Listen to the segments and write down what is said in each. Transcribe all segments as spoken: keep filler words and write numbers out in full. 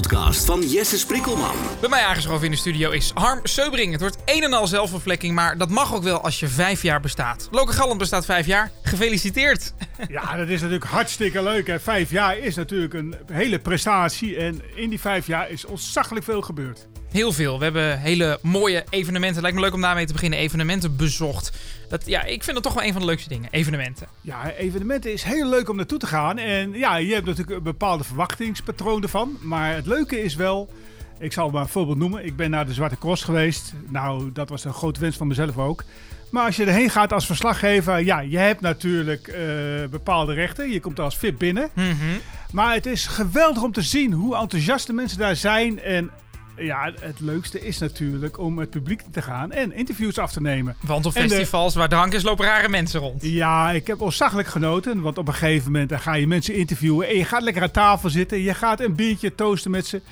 podcast van Jesse Sprikkelman. Bij mij aangeschoven in de studio is Harm Seubring. Het wordt een en al zelfvervlekking, maar dat mag ook wel als je vijf jaar bestaat. Loke Galland bestaat vijf jaar. Gefeliciteerd. Ja, dat is natuurlijk hartstikke leuk. Hè. Vijf jaar is natuurlijk een hele prestatie. En in die vijf jaar is ontzaglijk veel gebeurd. Heel veel. We hebben hele mooie evenementen. Lijkt me leuk om daarmee te beginnen. Evenementen bezocht. Dat, ja, ik vind dat toch wel een van de leukste dingen. Evenementen. Ja, evenementen is heel leuk om naartoe te gaan. En ja, je hebt natuurlijk een bepaalde verwachtingspatroon ervan. Maar het leuke is wel... Ik zal maar een voorbeeld noemen. Ik ben naar de Zwarte Cross geweest. Nou, dat was een grote wens van mezelf ook. Maar als je erheen gaat als verslaggever... Ja, je hebt natuurlijk uh, bepaalde rechten. Je komt als V I P binnen. Mm-hmm. Maar het is geweldig om te zien hoe enthousiast de mensen daar zijn. En... Ja, het leukste is natuurlijk om het publiek te gaan en interviews af te nemen. Want op festivals de... waar drank is, lopen rare mensen rond. Ja, ik heb ontzaglijk genoten. Want op een gegeven moment dan ga je mensen interviewen. En je gaat lekker aan tafel zitten. Je gaat een biertje toasten met ze.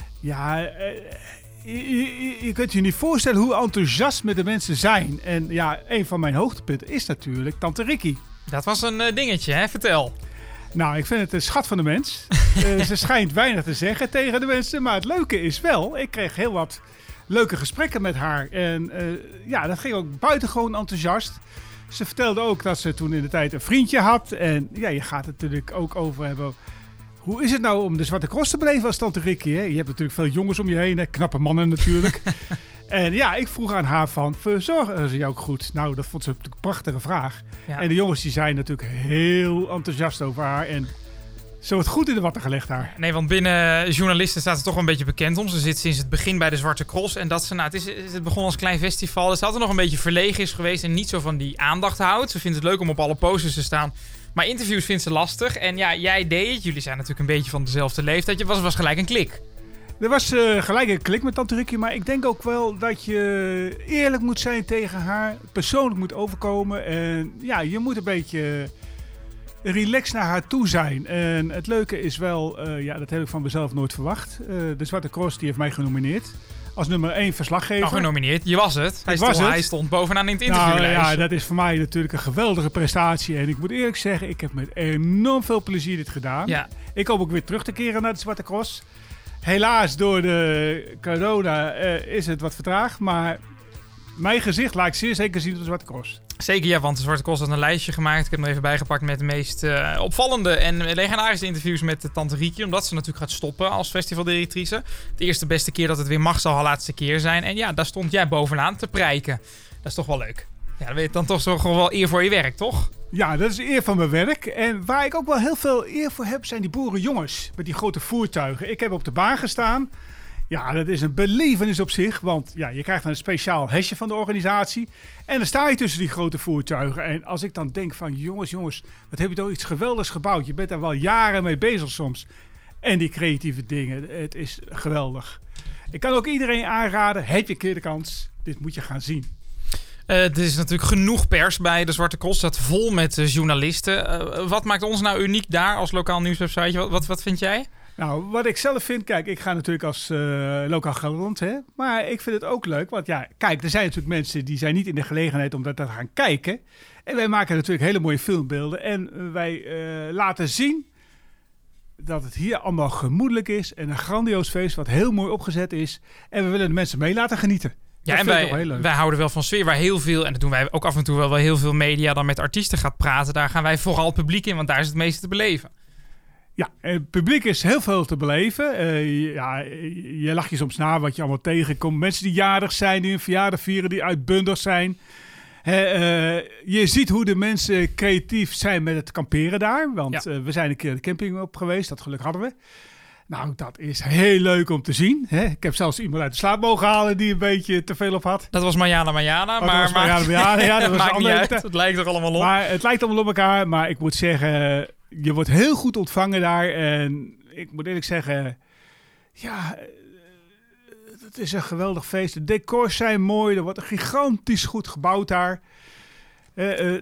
Ja, eh, je, je, je kunt je niet voorstellen hoe enthousiast de mensen zijn. En ja, een van mijn hoogtepunten is natuurlijk Tante Ricky. Dat was een uh, dingetje, hè? Vertel. Nou, ik vind het een schat van de mens. uh, ze schijnt weinig te zeggen tegen de mensen. Maar het leuke is wel, ik kreeg heel wat leuke gesprekken met haar. En uh, ja, dat ging ook buitengewoon enthousiast. Ze vertelde ook dat ze toen in de tijd een vriendje had. En ja, je gaat het natuurlijk ook over hebben. Hoe is het nou om de Zwarte Cross te beleven als Tante Ricky? Hè? Je hebt natuurlijk veel jongens om je heen. Hè? Knappe mannen natuurlijk. En ja, ik vroeg aan haar van, verzorgen ze jou ook goed? Nou, dat vond ze natuurlijk een prachtige vraag. Ja. En de jongens die zijn natuurlijk heel enthousiast over haar. En zo het goed in de watten gelegd haar. Nee, want binnen journalisten staat ze toch wel een beetje bekend om. Ze zit sinds het begin bij de Zwarte Cross. En dat ze, nou, het, is, het begon als klein festival. Dus dat er nog een beetje verlegen is geweest en niet zo van die aandacht houdt. Ze vindt het leuk om op alle posters te staan. Maar interviews vindt ze lastig. En ja, jij deed het. Jullie zijn natuurlijk een beetje van dezelfde leeftijd. Je was, was gelijk een klik. Er was uh, gelijk een klik met Tante Ricky, maar ik denk ook wel dat je eerlijk moet zijn tegen haar, persoonlijk moet overkomen en ja, je moet een beetje relaxed naar haar toe zijn. En het leuke is wel, uh, ja, dat heb ik van mezelf nooit verwacht. Uh, de Zwarte Cross die heeft mij genomineerd als nummer één verslaggever. Nou, genomineerd, je was het. Hij, was stond, het. hij stond bovenaan in het interviewlijst. Nou, ja, dat is voor mij natuurlijk een geweldige prestatie en ik moet eerlijk zeggen, ik heb met enorm veel plezier dit gedaan. Ja. Ik hoop ook weer terug te keren naar de Zwarte Cross. Helaas, door de corona uh, is het wat vertraagd, maar mijn gezicht laat ik zeer zeker zien op de Zwarte Cross. Zeker, ja, want de Zwarte Cross had een lijstje gemaakt. Ik heb hem even bijgepakt met de meest uh, opvallende en legendarische interviews met de Tante Ricky, omdat ze natuurlijk gaat stoppen als festivaldirectrice. De eerste beste keer dat het weer mag zal haar laatste keer zijn. En ja, daar stond jij bovenaan te prijken. Dat is toch wel leuk. Ja, dan weet je dan toch zo gewoon wel eer voor je werk, toch? Ja, dat is eer van mijn werk. En waar ik ook wel heel veel eer voor heb, zijn die boerenjongens met die grote voertuigen. Ik heb op de baan gestaan. Ja, dat is een belevenis op zich. Want ja, je krijgt een speciaal hesje van de organisatie. En dan sta je tussen die grote voertuigen. En als ik dan denk van, jongens, jongens, wat heb je toch iets geweldigs gebouwd. Je bent daar wel jaren mee bezig soms. En die creatieve dingen, het is geweldig. Ik kan ook iedereen aanraden, heb je een keer de kans, dit moet je gaan zien. Uh, er is natuurlijk genoeg pers bij de Zwarte Cross. Dat vol met uh, journalisten. Uh, wat maakt ons nou uniek daar als lokaal nieuwswebsite? Wat, wat, wat vind jij? Nou, wat ik zelf vind... Kijk, ik ga natuurlijk als uh, lokaal Galland, hè. Maar ik vind het ook leuk. Want ja, kijk, er zijn natuurlijk mensen die zijn niet in de gelegenheid om dat te gaan kijken. En wij maken natuurlijk hele mooie filmbeelden. En wij uh, laten zien dat het hier allemaal gemoedelijk is. En een grandioos feest wat heel mooi opgezet is. En we willen de mensen mee laten genieten. Ja, en wij, wij houden wel van sfeer waar heel veel, en dat doen wij ook af en toe wel, wel heel veel media dan met artiesten gaat praten. Daar gaan wij vooral het publiek in, want daar is het meeste te beleven. Ja, het publiek is heel veel te beleven. Uh, ja, je lacht je soms na wat je allemaal tegenkomt. Mensen die jarig zijn, die een verjaardag vieren, die uitbundig zijn. He, uh, je ziet hoe de mensen creatief zijn met het kamperen daar. Want ja. uh, we zijn een keer de camping op geweest, dat geluk hadden we. Nou, dat is heel leuk om te zien. Hè? Ik heb zelfs iemand uit de slaap mogen halen die een beetje te veel op had. Dat was Mariana Mariana. Oh, maar dat was Mariana Mariana. Ja, dat was maakt een niet uit. uit. Het lijkt er allemaal op. Maar het lijkt allemaal op elkaar. Maar ik moet zeggen, je wordt heel goed ontvangen daar. En ik moet eerlijk zeggen, ja, het is een geweldig feest. De decors zijn mooi. Er wordt gigantisch goed gebouwd daar. Uh, uh,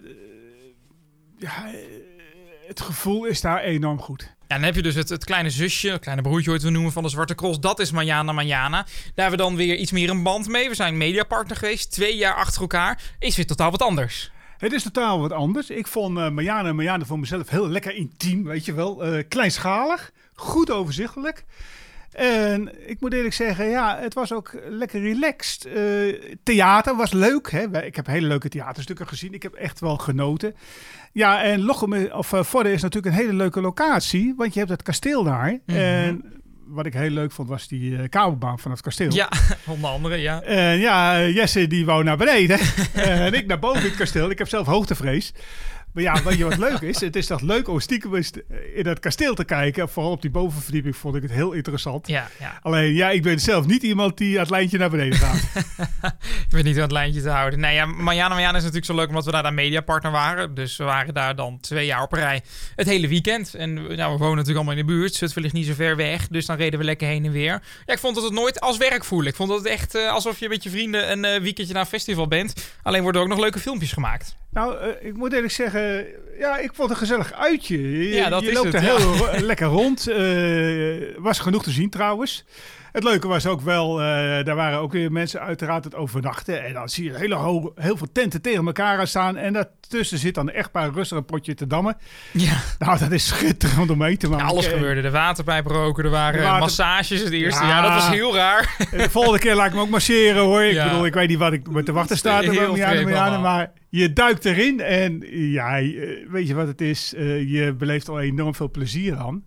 ja, het gevoel is daar enorm goed. Ja, dan heb je dus het, het kleine zusje, het kleine broertje ooit we noemen van de Zwarte Cross. Dat is Mariana Mariana. Daar hebben we dan weer iets meer een band mee. We zijn mediapartner geweest, twee jaar achter elkaar. Is weer totaal wat anders. Het is totaal wat anders. Ik vond uh, Mariana Mariana voor mezelf heel lekker intiem, weet je wel. Uh, kleinschalig, goed overzichtelijk. En ik moet eerlijk zeggen, ja, het was ook lekker relaxed. Uh, theater was leuk. Hè? Ik heb hele leuke theaterstukken gezien. Ik heb echt wel genoten. Ja, en Lochem, of uh, Vorden is natuurlijk een hele leuke locatie. Want je hebt het kasteel daar. Mm-hmm. En wat ik heel leuk vond, was die uh, kabelbaan vanaf het kasteel. Ja, onder andere, ja. En ja, Jesse die wou naar beneden. En ik naar boven in het kasteel. Ik heb zelf hoogtevrees. Maar ja, weet je wat leuk is? Het is toch leuk om stiekem in het kasteel te kijken. Vooral op die bovenverdieping vond ik het heel interessant. Ja, ja. Alleen, ja, ik ben zelf niet iemand die het lijntje naar beneden gaat. Ik ben niet aan het lijntje te houden. Nee, ja, Marjana Marjana is natuurlijk zo leuk omdat we daar, daar mediapartner waren. Dus we waren daar dan twee jaar op een rij het hele weekend. En nou, we wonen natuurlijk allemaal in de buurt. Zutphen ligt niet zo ver weg. Dus dan reden we lekker heen en weer. Ja, ik vond dat het nooit als werk voelde. Ik vond dat het echt uh, alsof je met je vrienden een uh, weekendje naar een festival bent. Alleen worden er ook nog leuke filmpjes gemaakt. Nou, uh, ik moet eerlijk zeggen, ja, ik vond het een gezellig uitje. Je, ja, dat je is loopt het, er ja. heel lekker rond. Uh, was genoeg te zien trouwens. Het leuke was ook wel, uh, daar waren ook weer mensen uiteraard het overnachten. En dan zie je hele ho- heel veel tenten tegen elkaar aan staan. En daartussen zit dan echt maar rustig een potje te dammen. Ja. Nou, dat is schitterend om mee te maken. Ja, alles gebeurde. De waterpijp roken, er waren water... massages het eerste. Ja. ja, dat was heel raar. De volgende keer laat ik me ook masseren hoor. Ik ja. bedoel, ik weet niet wat ik met te wachten sta. Maar je duikt erin en ja, weet je wat het is? Uh, je beleeft al enorm veel plezier aan.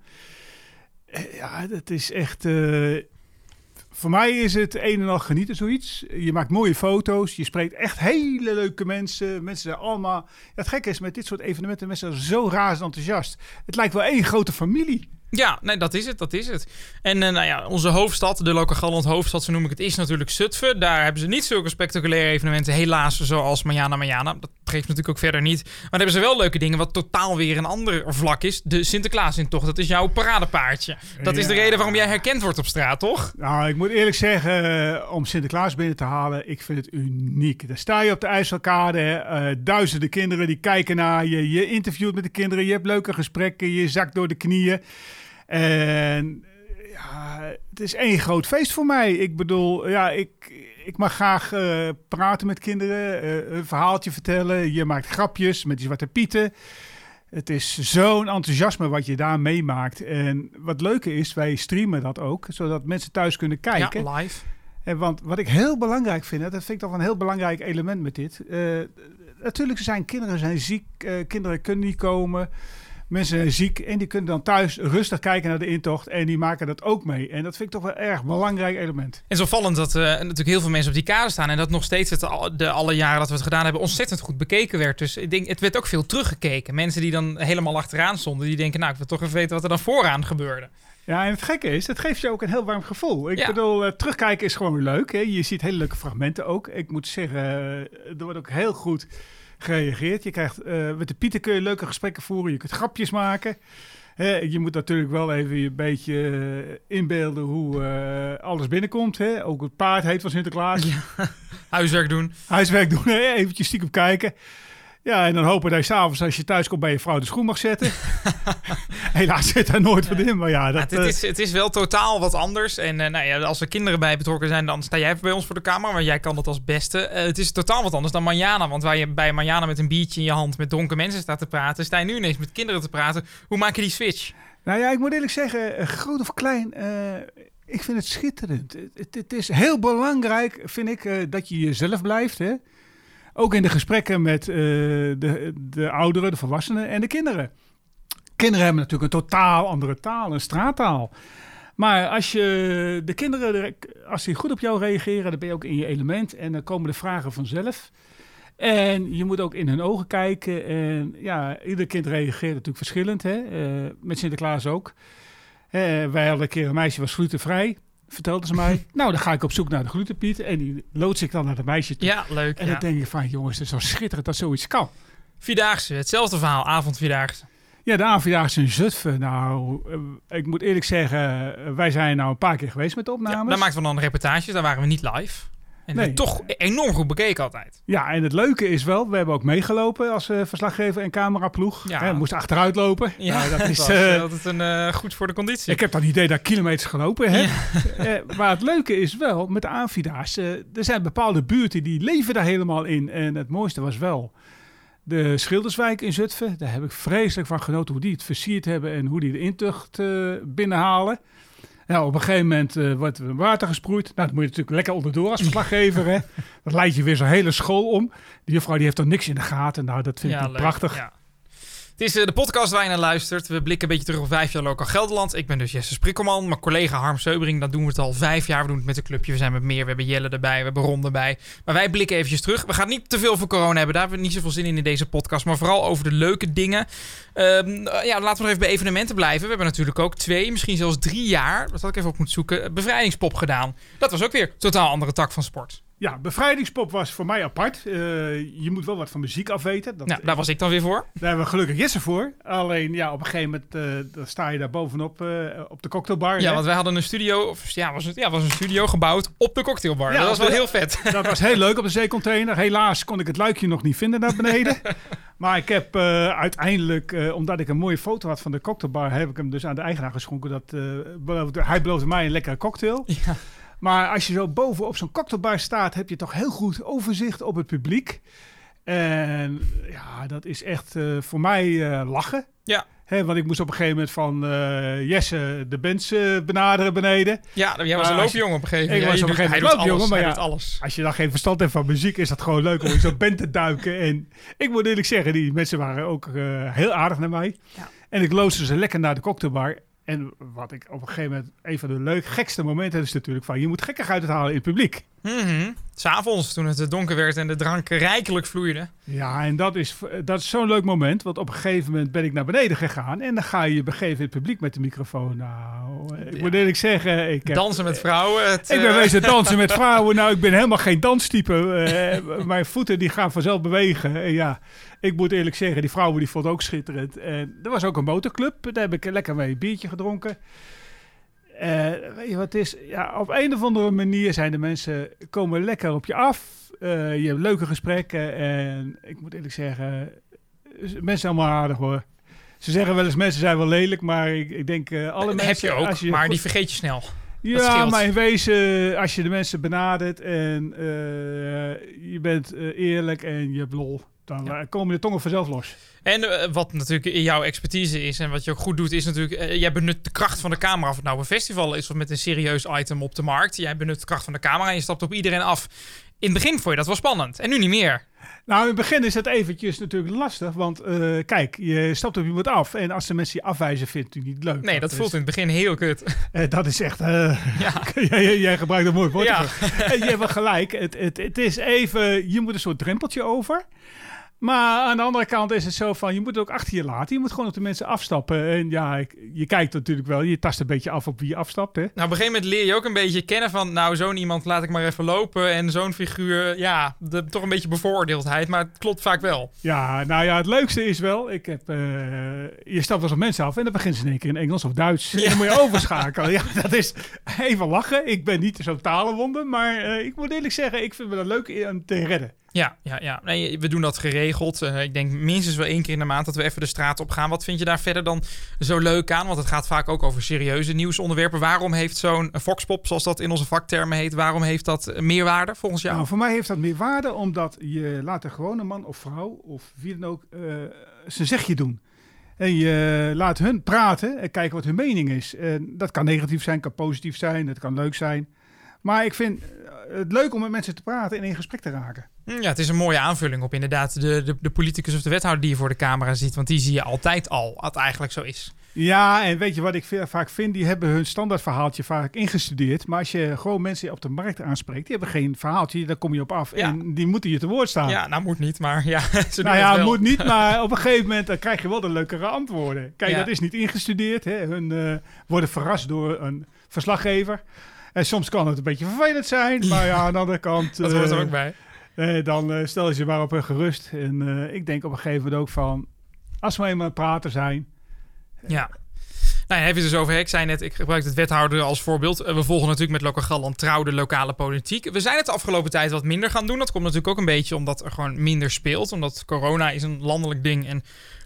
Uh, ja, dat is echt... Uh, Voor mij is het een en al genieten zoiets. Je maakt mooie foto's. Je spreekt echt hele leuke mensen. Mensen zijn allemaal... Ja, het gekke is met dit soort evenementen. Mensen zijn zo razend enthousiast. Het lijkt wel één grote familie. Ja, nee, dat is het, dat is het. En uh, nou ja, onze hoofdstad, de Lokagalland hoofdstad, zo noem ik het, is natuurlijk Zutphen. Daar hebben ze niet zulke spectaculaire evenementen, helaas, zoals Marjana Marjana. Dat geeft natuurlijk ook verder niet. Maar dan hebben ze wel leuke dingen, wat totaal weer een ander vlak is. De Sinterklaasintocht, dat is jouw paradepaardje. Dat ja. is de reden waarom jij herkend wordt op straat, toch? Nou, ik moet eerlijk zeggen, om Sinterklaas binnen te halen, ik vind het uniek. Daar sta je op de IJsselkade, uh, duizenden kinderen die kijken naar je. Je interviewt met de kinderen, je hebt leuke gesprekken, je zakt door de knieën. En ja, het is één groot feest voor mij. Ik bedoel, ja, ik, ik mag graag uh, praten met kinderen, uh, een verhaaltje vertellen. Je maakt grapjes met die Zwarte Pieten. Het is zo'n enthousiasme wat je daar meemaakt. En wat leuke is, wij streamen dat ook, zodat mensen thuis kunnen kijken. Ja, live. En want wat ik heel belangrijk vind, dat vind ik toch een heel belangrijk element met dit. Uh, natuurlijk zijn kinderen zijn ziek, uh, kinderen kunnen niet komen. Mensen zijn ziek en die kunnen dan thuis rustig kijken naar de intocht. En die maken dat ook mee. En dat vind ik toch wel een erg belangrijk element. En zo vallend dat uh, natuurlijk heel veel mensen op die kade staan. En dat nog steeds het, de alle jaren dat we het gedaan hebben ontzettend goed bekeken werd. Dus ik denk, het werd ook veel teruggekeken. Mensen die dan helemaal achteraan stonden. Die denken, nou, ik wil toch even weten wat er dan vooraan gebeurde. Ja, en het gekke is, het geeft je ook een heel warm gevoel. Ik ja. bedoel, uh, terugkijken is gewoon leuk. Hè? Je ziet hele leuke fragmenten ook. Ik moet zeggen, uh, er wordt ook heel goed gereageerd. Je krijgt uh, met de Pieten kun je leuke gesprekken voeren. Je kunt grapjes maken. Hè, je moet natuurlijk wel even een beetje uh, inbeelden hoe uh, alles binnenkomt. Hè? Ook het paard heet van Sinterklaas. Ja. Huiswerk doen. Huiswerk doen, hè? Eventjes stiekem kijken. Ja, en dan hopen dat je s'avonds als je thuis komt bij je vrouw de schoen mag zetten. Helaas zit daar nooit wat in, maar ja. Dat, ja, het, is, het is wel totaal wat anders. En uh, nou ja, als er kinderen bij betrokken zijn, dan sta jij even bij ons voor de camera. Maar jij kan dat als beste. Uh, het is totaal wat anders dan Marjana. Want waar je bij Marjana met een biertje in je hand met dronken mensen staat te praten, sta je nu ineens met kinderen te praten. Hoe maak je die switch? Nou ja, ik moet eerlijk zeggen, groot of klein, uh, ik vind het schitterend. Het, het, het is heel belangrijk, vind ik, uh, dat je jezelf blijft, hè. Ook in de gesprekken met uh, de, de ouderen, de volwassenen en de kinderen. Kinderen hebben natuurlijk een totaal andere taal, een straattaal. Maar als je de kinderen, als die goed op jou reageren, dan ben je ook in je element. En dan komen de vragen vanzelf. En je moet ook in hun ogen kijken. En ja, ieder kind reageert natuurlijk verschillend. Hè? Uh, met Sinterklaas ook. Uh, wij hadden een keer een meisje was glutenvrij. Vertelde ze mij. Nou, dan ga ik op zoek naar de glutenpiet. En die loods ik dan naar het meisje toe. Ja, leuk. En ja. dan denk je van, jongens, het is zo schitterend dat zoiets kan. Vierdaagse, hetzelfde verhaal, avondvierdaagse. Ja, de avondvierdaagse in Zutphen. Nou, uh, ik moet eerlijk zeggen, uh, wij zijn nou een paar keer geweest met de opnames. Ja, daar maakten we dan reportages, daar waren we niet live. En nee. toch enorm goed bekeken altijd. Ja, en het leuke is wel, we hebben ook meegelopen als uh, verslaggever en cameraploeg. Ja. Hè, we moesten achteruit lopen. Ja, nou, dat, dat is uh, altijd een, uh, goed voor de conditie. Ik heb dan het idee dat ik kilometers gelopen heb. Ja. uh, maar het leuke is wel, met de aanvierdaagse, uh, er zijn bepaalde buurten die leven daar helemaal in. En het mooiste was wel de Schilderswijk in Zutphen. Daar heb ik vreselijk van genoten hoe die het versierd hebben en hoe die de intocht uh, binnenhalen. Nou, op een gegeven moment uh, wordt er water gesproeid. Nou, dat moet je natuurlijk lekker onderdoor als verslaggever. Hè? Dat leidt je weer zo'n hele school om. Die juffrouw die heeft dan niks in de gaten. Nou, dat vind ik ja, prachtig. Ja. Het is uh, de podcast waar je naar luistert. We blikken een beetje terug op vijf jaar Lokaal Gelderland. Ik ben dus Jesse Sprikkelman. Mijn collega Harm Seubering, dat doen we het al vijf jaar. We doen het met een clubje. We zijn met meer. We hebben Jelle erbij. We hebben Ron erbij. Maar wij blikken eventjes terug. We gaan niet te veel voor corona hebben. Daar hebben we niet zoveel zin in in deze podcast. Maar vooral over de leuke dingen. Uh, ja, laten we nog even bij evenementen blijven. We hebben natuurlijk ook twee, misschien zelfs drie jaar, dat had ik even op moeten zoeken, bevrijdingspop gedaan. Dat was ook weer een totaal andere tak van sport. Ja, bevrijdingspop was voor mij apart. Uh, je moet wel wat van muziek afweten. Dat, nou, daar was ik dan weer voor. Daar hebben we gelukkig Jesse voor. Alleen, ja, op een gegeven moment uh, dan sta je daar bovenop uh, op de cocktailbar. Ja, hè? want wij hadden een studio, of, ja, was het, ja, was een studio gebouwd op de cocktailbar. Ja, dat was wel heel vet. Dat was heel leuk op de zeecontainer. Helaas kon ik het luikje nog niet vinden naar beneden. Maar ik heb uh, uiteindelijk, uh, omdat ik een mooie foto had van de cocktailbar, heb ik hem dus aan de eigenaar geschonken. Dat, uh, beloofde, hij beloofde mij een lekkere cocktail. Ja. Maar als je zo boven op zo'n cocktailbar staat, heb je toch heel goed overzicht op het publiek. En ja, dat is echt uh, voor mij uh, lachen. Ja. He, want ik moest op een gegeven moment van uh, Jesse de bands uh, benaderen beneden. Ja, jij was maar een loopjongen op een gegeven moment. Ik was op een gegeven moment loopjongen, maar ja, alles. Als je dan geen verstand hebt van muziek, is dat gewoon leuk om in zo'n band te duiken. En ik moet eerlijk zeggen, die mensen waren ook uh, heel aardig naar mij. Ja. En ik loosde ze lekker naar de cocktailbar. En wat ik op een gegeven moment, een van de leuk, gekste momenten is natuurlijk van, je moet gekkigheid uithalen in het publiek. Mm-hmm. 'S'avonds, toen het donker werd en de drank rijkelijk vloeide. Ja, en dat is, dat is zo'n leuk moment, want op een gegeven moment ben ik naar beneden gegaan en dan ga je je begeven in het publiek met de microfoon. Nou, ik ja. moet eerlijk zeggen... Ik heb, dansen met vrouwen. Het, ik ben wezen dansen met vrouwen. Nou, ik ben helemaal geen danstype. Uh, mijn voeten die gaan vanzelf bewegen. En ja, ik moet eerlijk zeggen, die vrouwen die vond ook schitterend. En er was ook een motorclub, daar heb ik lekker mee een biertje gedronken. Uh, weet je wat het is? Ja, op een of andere manier zijn de mensen komen lekker op je af. Uh, je hebt leuke gesprekken. En ik moet eerlijk zeggen, mensen zijn allemaal aardig hoor. Ze zeggen wel eens mensen zijn wel lelijk, maar ik, ik denk uh, alle dat mensen... heb je ook, als je, maar die vergeet je snel. Ja, maar in wezen, als je de mensen benadert en uh, je bent uh, eerlijk en je hebt lol, dan ja. komen de tongen vanzelf los. En uh, wat natuurlijk in jouw expertise is en wat je ook goed doet, is natuurlijk, uh, jij benut de kracht van de camera. Of het nou een festival is of met een serieus item op de markt. Jij benut de kracht van de camera en je stapt op iedereen af. In het begin vond je dat wel spannend en nu niet meer. Nou, in het begin is het eventjes natuurlijk lastig, want uh, kijk, je stapt op iemand af en als de mensen je afwijzen, vindt u niet leuk. Nee, dat, dat voelt is, in het begin heel kut. Uh, dat is echt, uh, ja. jij, jij gebruikt een mooi woord. Ja. En je hebt wel gelijk, het, het, het is even, je moet een soort drempeltje over. Maar aan de andere kant is het zo van, je moet het ook achter je laten. Je moet gewoon op de mensen afstappen. En ja, ik, je kijkt natuurlijk wel, je tast een beetje af op wie je afstapt. Hè? Nou, op een gegeven moment leer je ook een beetje kennen van, nou, zo'n iemand laat ik maar even lopen. En zo'n figuur, ja, de, toch een beetje bevooroordeeldheid. Maar het klopt vaak wel. Ja, nou ja, het leukste is wel, ik heb, uh, je stapt wel eens op mensen af en dan begint ze in één keer in Engels of Duits. Ja. En dan moet je overschakelen. Ja, dat is even lachen. Ik ben niet zo'n talenwonder, maar uh, ik moet eerlijk zeggen, ik vind het wel leuk om te redden. Ja, ja, ja. Nee, we doen dat geregeld. Uh, ik denk minstens wel één keer in de maand dat we even de straat op gaan. Wat vind je daar verder dan zo leuk aan? Want het gaat vaak ook over serieuze nieuwsonderwerpen. Waarom heeft zo'n voxpop, zoals dat in onze vaktermen heet, waarom heeft dat meerwaarde volgens jou? Nou, voor mij heeft dat meerwaarde omdat je laat een gewone man of vrouw of wie dan ook uh, zijn zegje doen. En je laat hun praten en kijken wat hun mening is. En dat kan negatief zijn, kan positief zijn, het kan leuk zijn. Maar ik vind het leuk om met mensen te praten en in gesprek te raken. Ja, het is een mooie aanvulling op inderdaad de, de, de politicus of de wethouder die je voor de camera ziet. Want die zie je altijd al, wat eigenlijk zo is. Ja, en weet je wat ik veel, vaak vind? Die hebben hun standaardverhaaltje vaak ingestudeerd. Maar als je gewoon mensen op de markt aanspreekt, die hebben geen verhaaltje, daar kom je op af. Ja. En die moeten je te woord staan. Ja, nou moet niet, maar ja. Ze nou ja, moet niet, maar op een gegeven moment dan krijg je wel de leukere antwoorden. Kijk, ja. Dat is niet ingestudeerd. Hè. Hun uh, worden verrast door een verslaggever. En soms kan het een beetje vervelend zijn, maar ja, aan de andere kant... Dat hoort er uh, ook bij. Uh, dan uh, stel je je maar op hun gerust. En uh, ik denk op een gegeven moment ook van, als we eenmaal aan het praten zijn... Ja. Nou, heb je het dus over. Ik zei net, ik gebruik het wethouder als voorbeeld. We volgen natuurlijk met Lokaal Gelderland trouw de lokale politiek. We zijn het de afgelopen tijd wat minder gaan doen. Dat komt natuurlijk ook een beetje omdat er gewoon minder speelt. Omdat corona is een landelijk ding en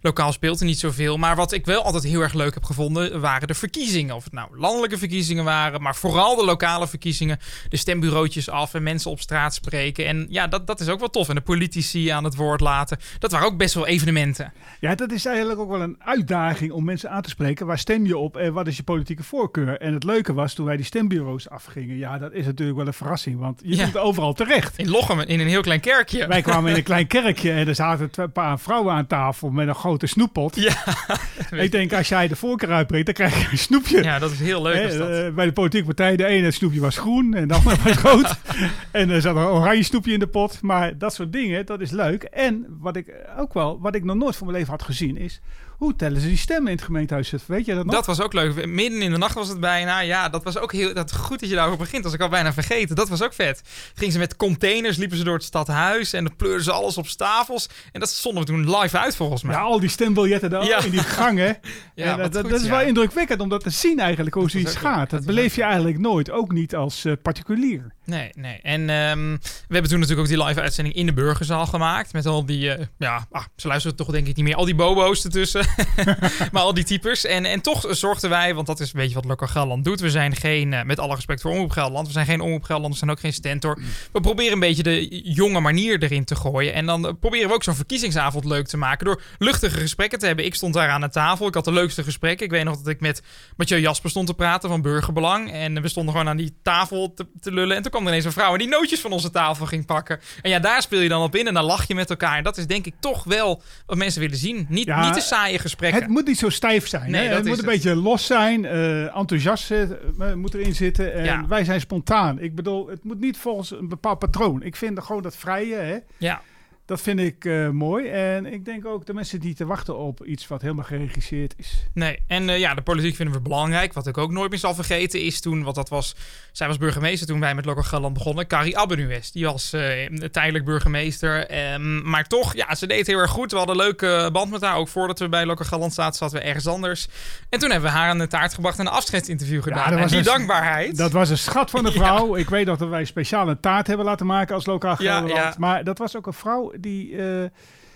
Lokaal speelt er niet zoveel. Maar wat ik wel altijd heel erg leuk heb gevonden, waren de verkiezingen. Of het nou landelijke verkiezingen waren, maar vooral de lokale verkiezingen. De stembureautjes af en mensen op straat spreken. En ja, dat, dat is ook wel tof. En de politici aan het woord laten. Dat waren ook best wel evenementen. Ja, dat is eigenlijk ook wel een uitdaging om mensen aan te spreken. Waar stem je op en wat is je politieke voorkeur? En het leuke was toen wij die stembureaus afgingen. Ja, dat is natuurlijk wel een verrassing, want je Ja. komt overal terecht. In Lochem, in een heel klein kerkje. Wij kwamen in een klein kerkje en er zaten een paar vrouwen aan tafel met een grote snoeppot. Ja. Ik denk, als jij de voorkeur uitbrengt, dan krijg je een snoepje. Ja, dat is heel leuk. Hè, Is dat. eh, bij de politieke partij, de ene snoepje was groen en de andere was rood. En er zat een oranje snoepje in de pot. Maar dat soort dingen, dat is leuk. En wat ik ook wel, wat ik nog nooit van mijn leven had gezien, is hoe tellen ze die stemmen in het gemeentehuis? Weet je dat nog? Dat was ook leuk. Midden in de nacht was het bijna. Ja, dat was ook heel dat goed dat je daarover begint. Dat was ik al bijna vergeten. Dat was ook vet. Gingen ze met containers, liepen ze door het stadhuis en dan pleurden ze alles op stapels. En dat stonden we toen live uit volgens mij. Ja, al die stembiljetten daar Ja. in die gangen. Ja, En, wat dat, dat goed, is ja. wel indrukwekkend om dat te zien eigenlijk, hoe Dat was zoiets ook leuk. gaat. Dat Dat was beleef ook je eigenlijk nooit. Ook niet als uh, particulier. Nee, nee. En ehm, we hebben toen natuurlijk ook die live uitzending in de Burgerzaal gemaakt. Met al die, uh, ja, ah, ze luisteren toch denk ik niet meer. Al die bobo's ertussen. Maar al die typers. En, en toch zorgden wij, want dat is een beetje wat Lokaal Gelderland doet. We zijn geen, uh, met alle respect voor Omroep Gelderland. We zijn geen Omroep Gelderland, we zijn ook geen Stentor. We proberen een beetje de jonge manier erin te gooien. En dan uh, proberen we ook zo'n verkiezingsavond leuk te maken. Door luchtige gesprekken te hebben. Ik stond daar aan de tafel. Ik had de leukste gesprekken. Ik weet nog dat ik met Mathieu Jasper stond te praten van Burgerbelang. En we stonden gewoon aan die tafel te, te lullen. En toen kwam er ineens een vrouw en die nootjes van onze tafel ging pakken. En ja, daar speel je dan op in en dan lach je met elkaar. En dat is denk ik toch wel wat mensen willen zien. Niet, Ja, niet te saaie gesprekken. Het moet niet zo stijf zijn. Nee, hè? dat Het is moet een het. beetje los zijn. eh enthousiast uh, moet erin zitten. En Ja. wij zijn spontaan. Ik bedoel, het moet niet volgens een bepaald patroon. Ik vind gewoon dat vrije, hè, Ja. dat vind ik uh, mooi. En ik denk ook de mensen die te wachten op iets wat helemaal geregisseerd is. Nee, en uh, ja, de politiek vinden we belangrijk. Wat ik ook nooit meer zal vergeten is toen, want dat was, zij was burgemeester toen wij met Lokaal Gelderland begonnen. Carrie Abbenues, die was uh, tijdelijk burgemeester. Um, maar toch, ja, ze deed heel erg goed. We hadden een leuke band met haar. Ook voordat we bij Lokaal Gelderland zaten, zaten we ergens anders. En toen hebben we haar aan de taart gebracht en een afscheidsinterview gedaan. dat en was die een- dankbaarheid. Dat was een schat van een vrouw. Ik weet dat wij speciaal een taart hebben laten maken als Lokaal Ja, Gelderland. ja. Maar dat was ook een vrouw die... Uh,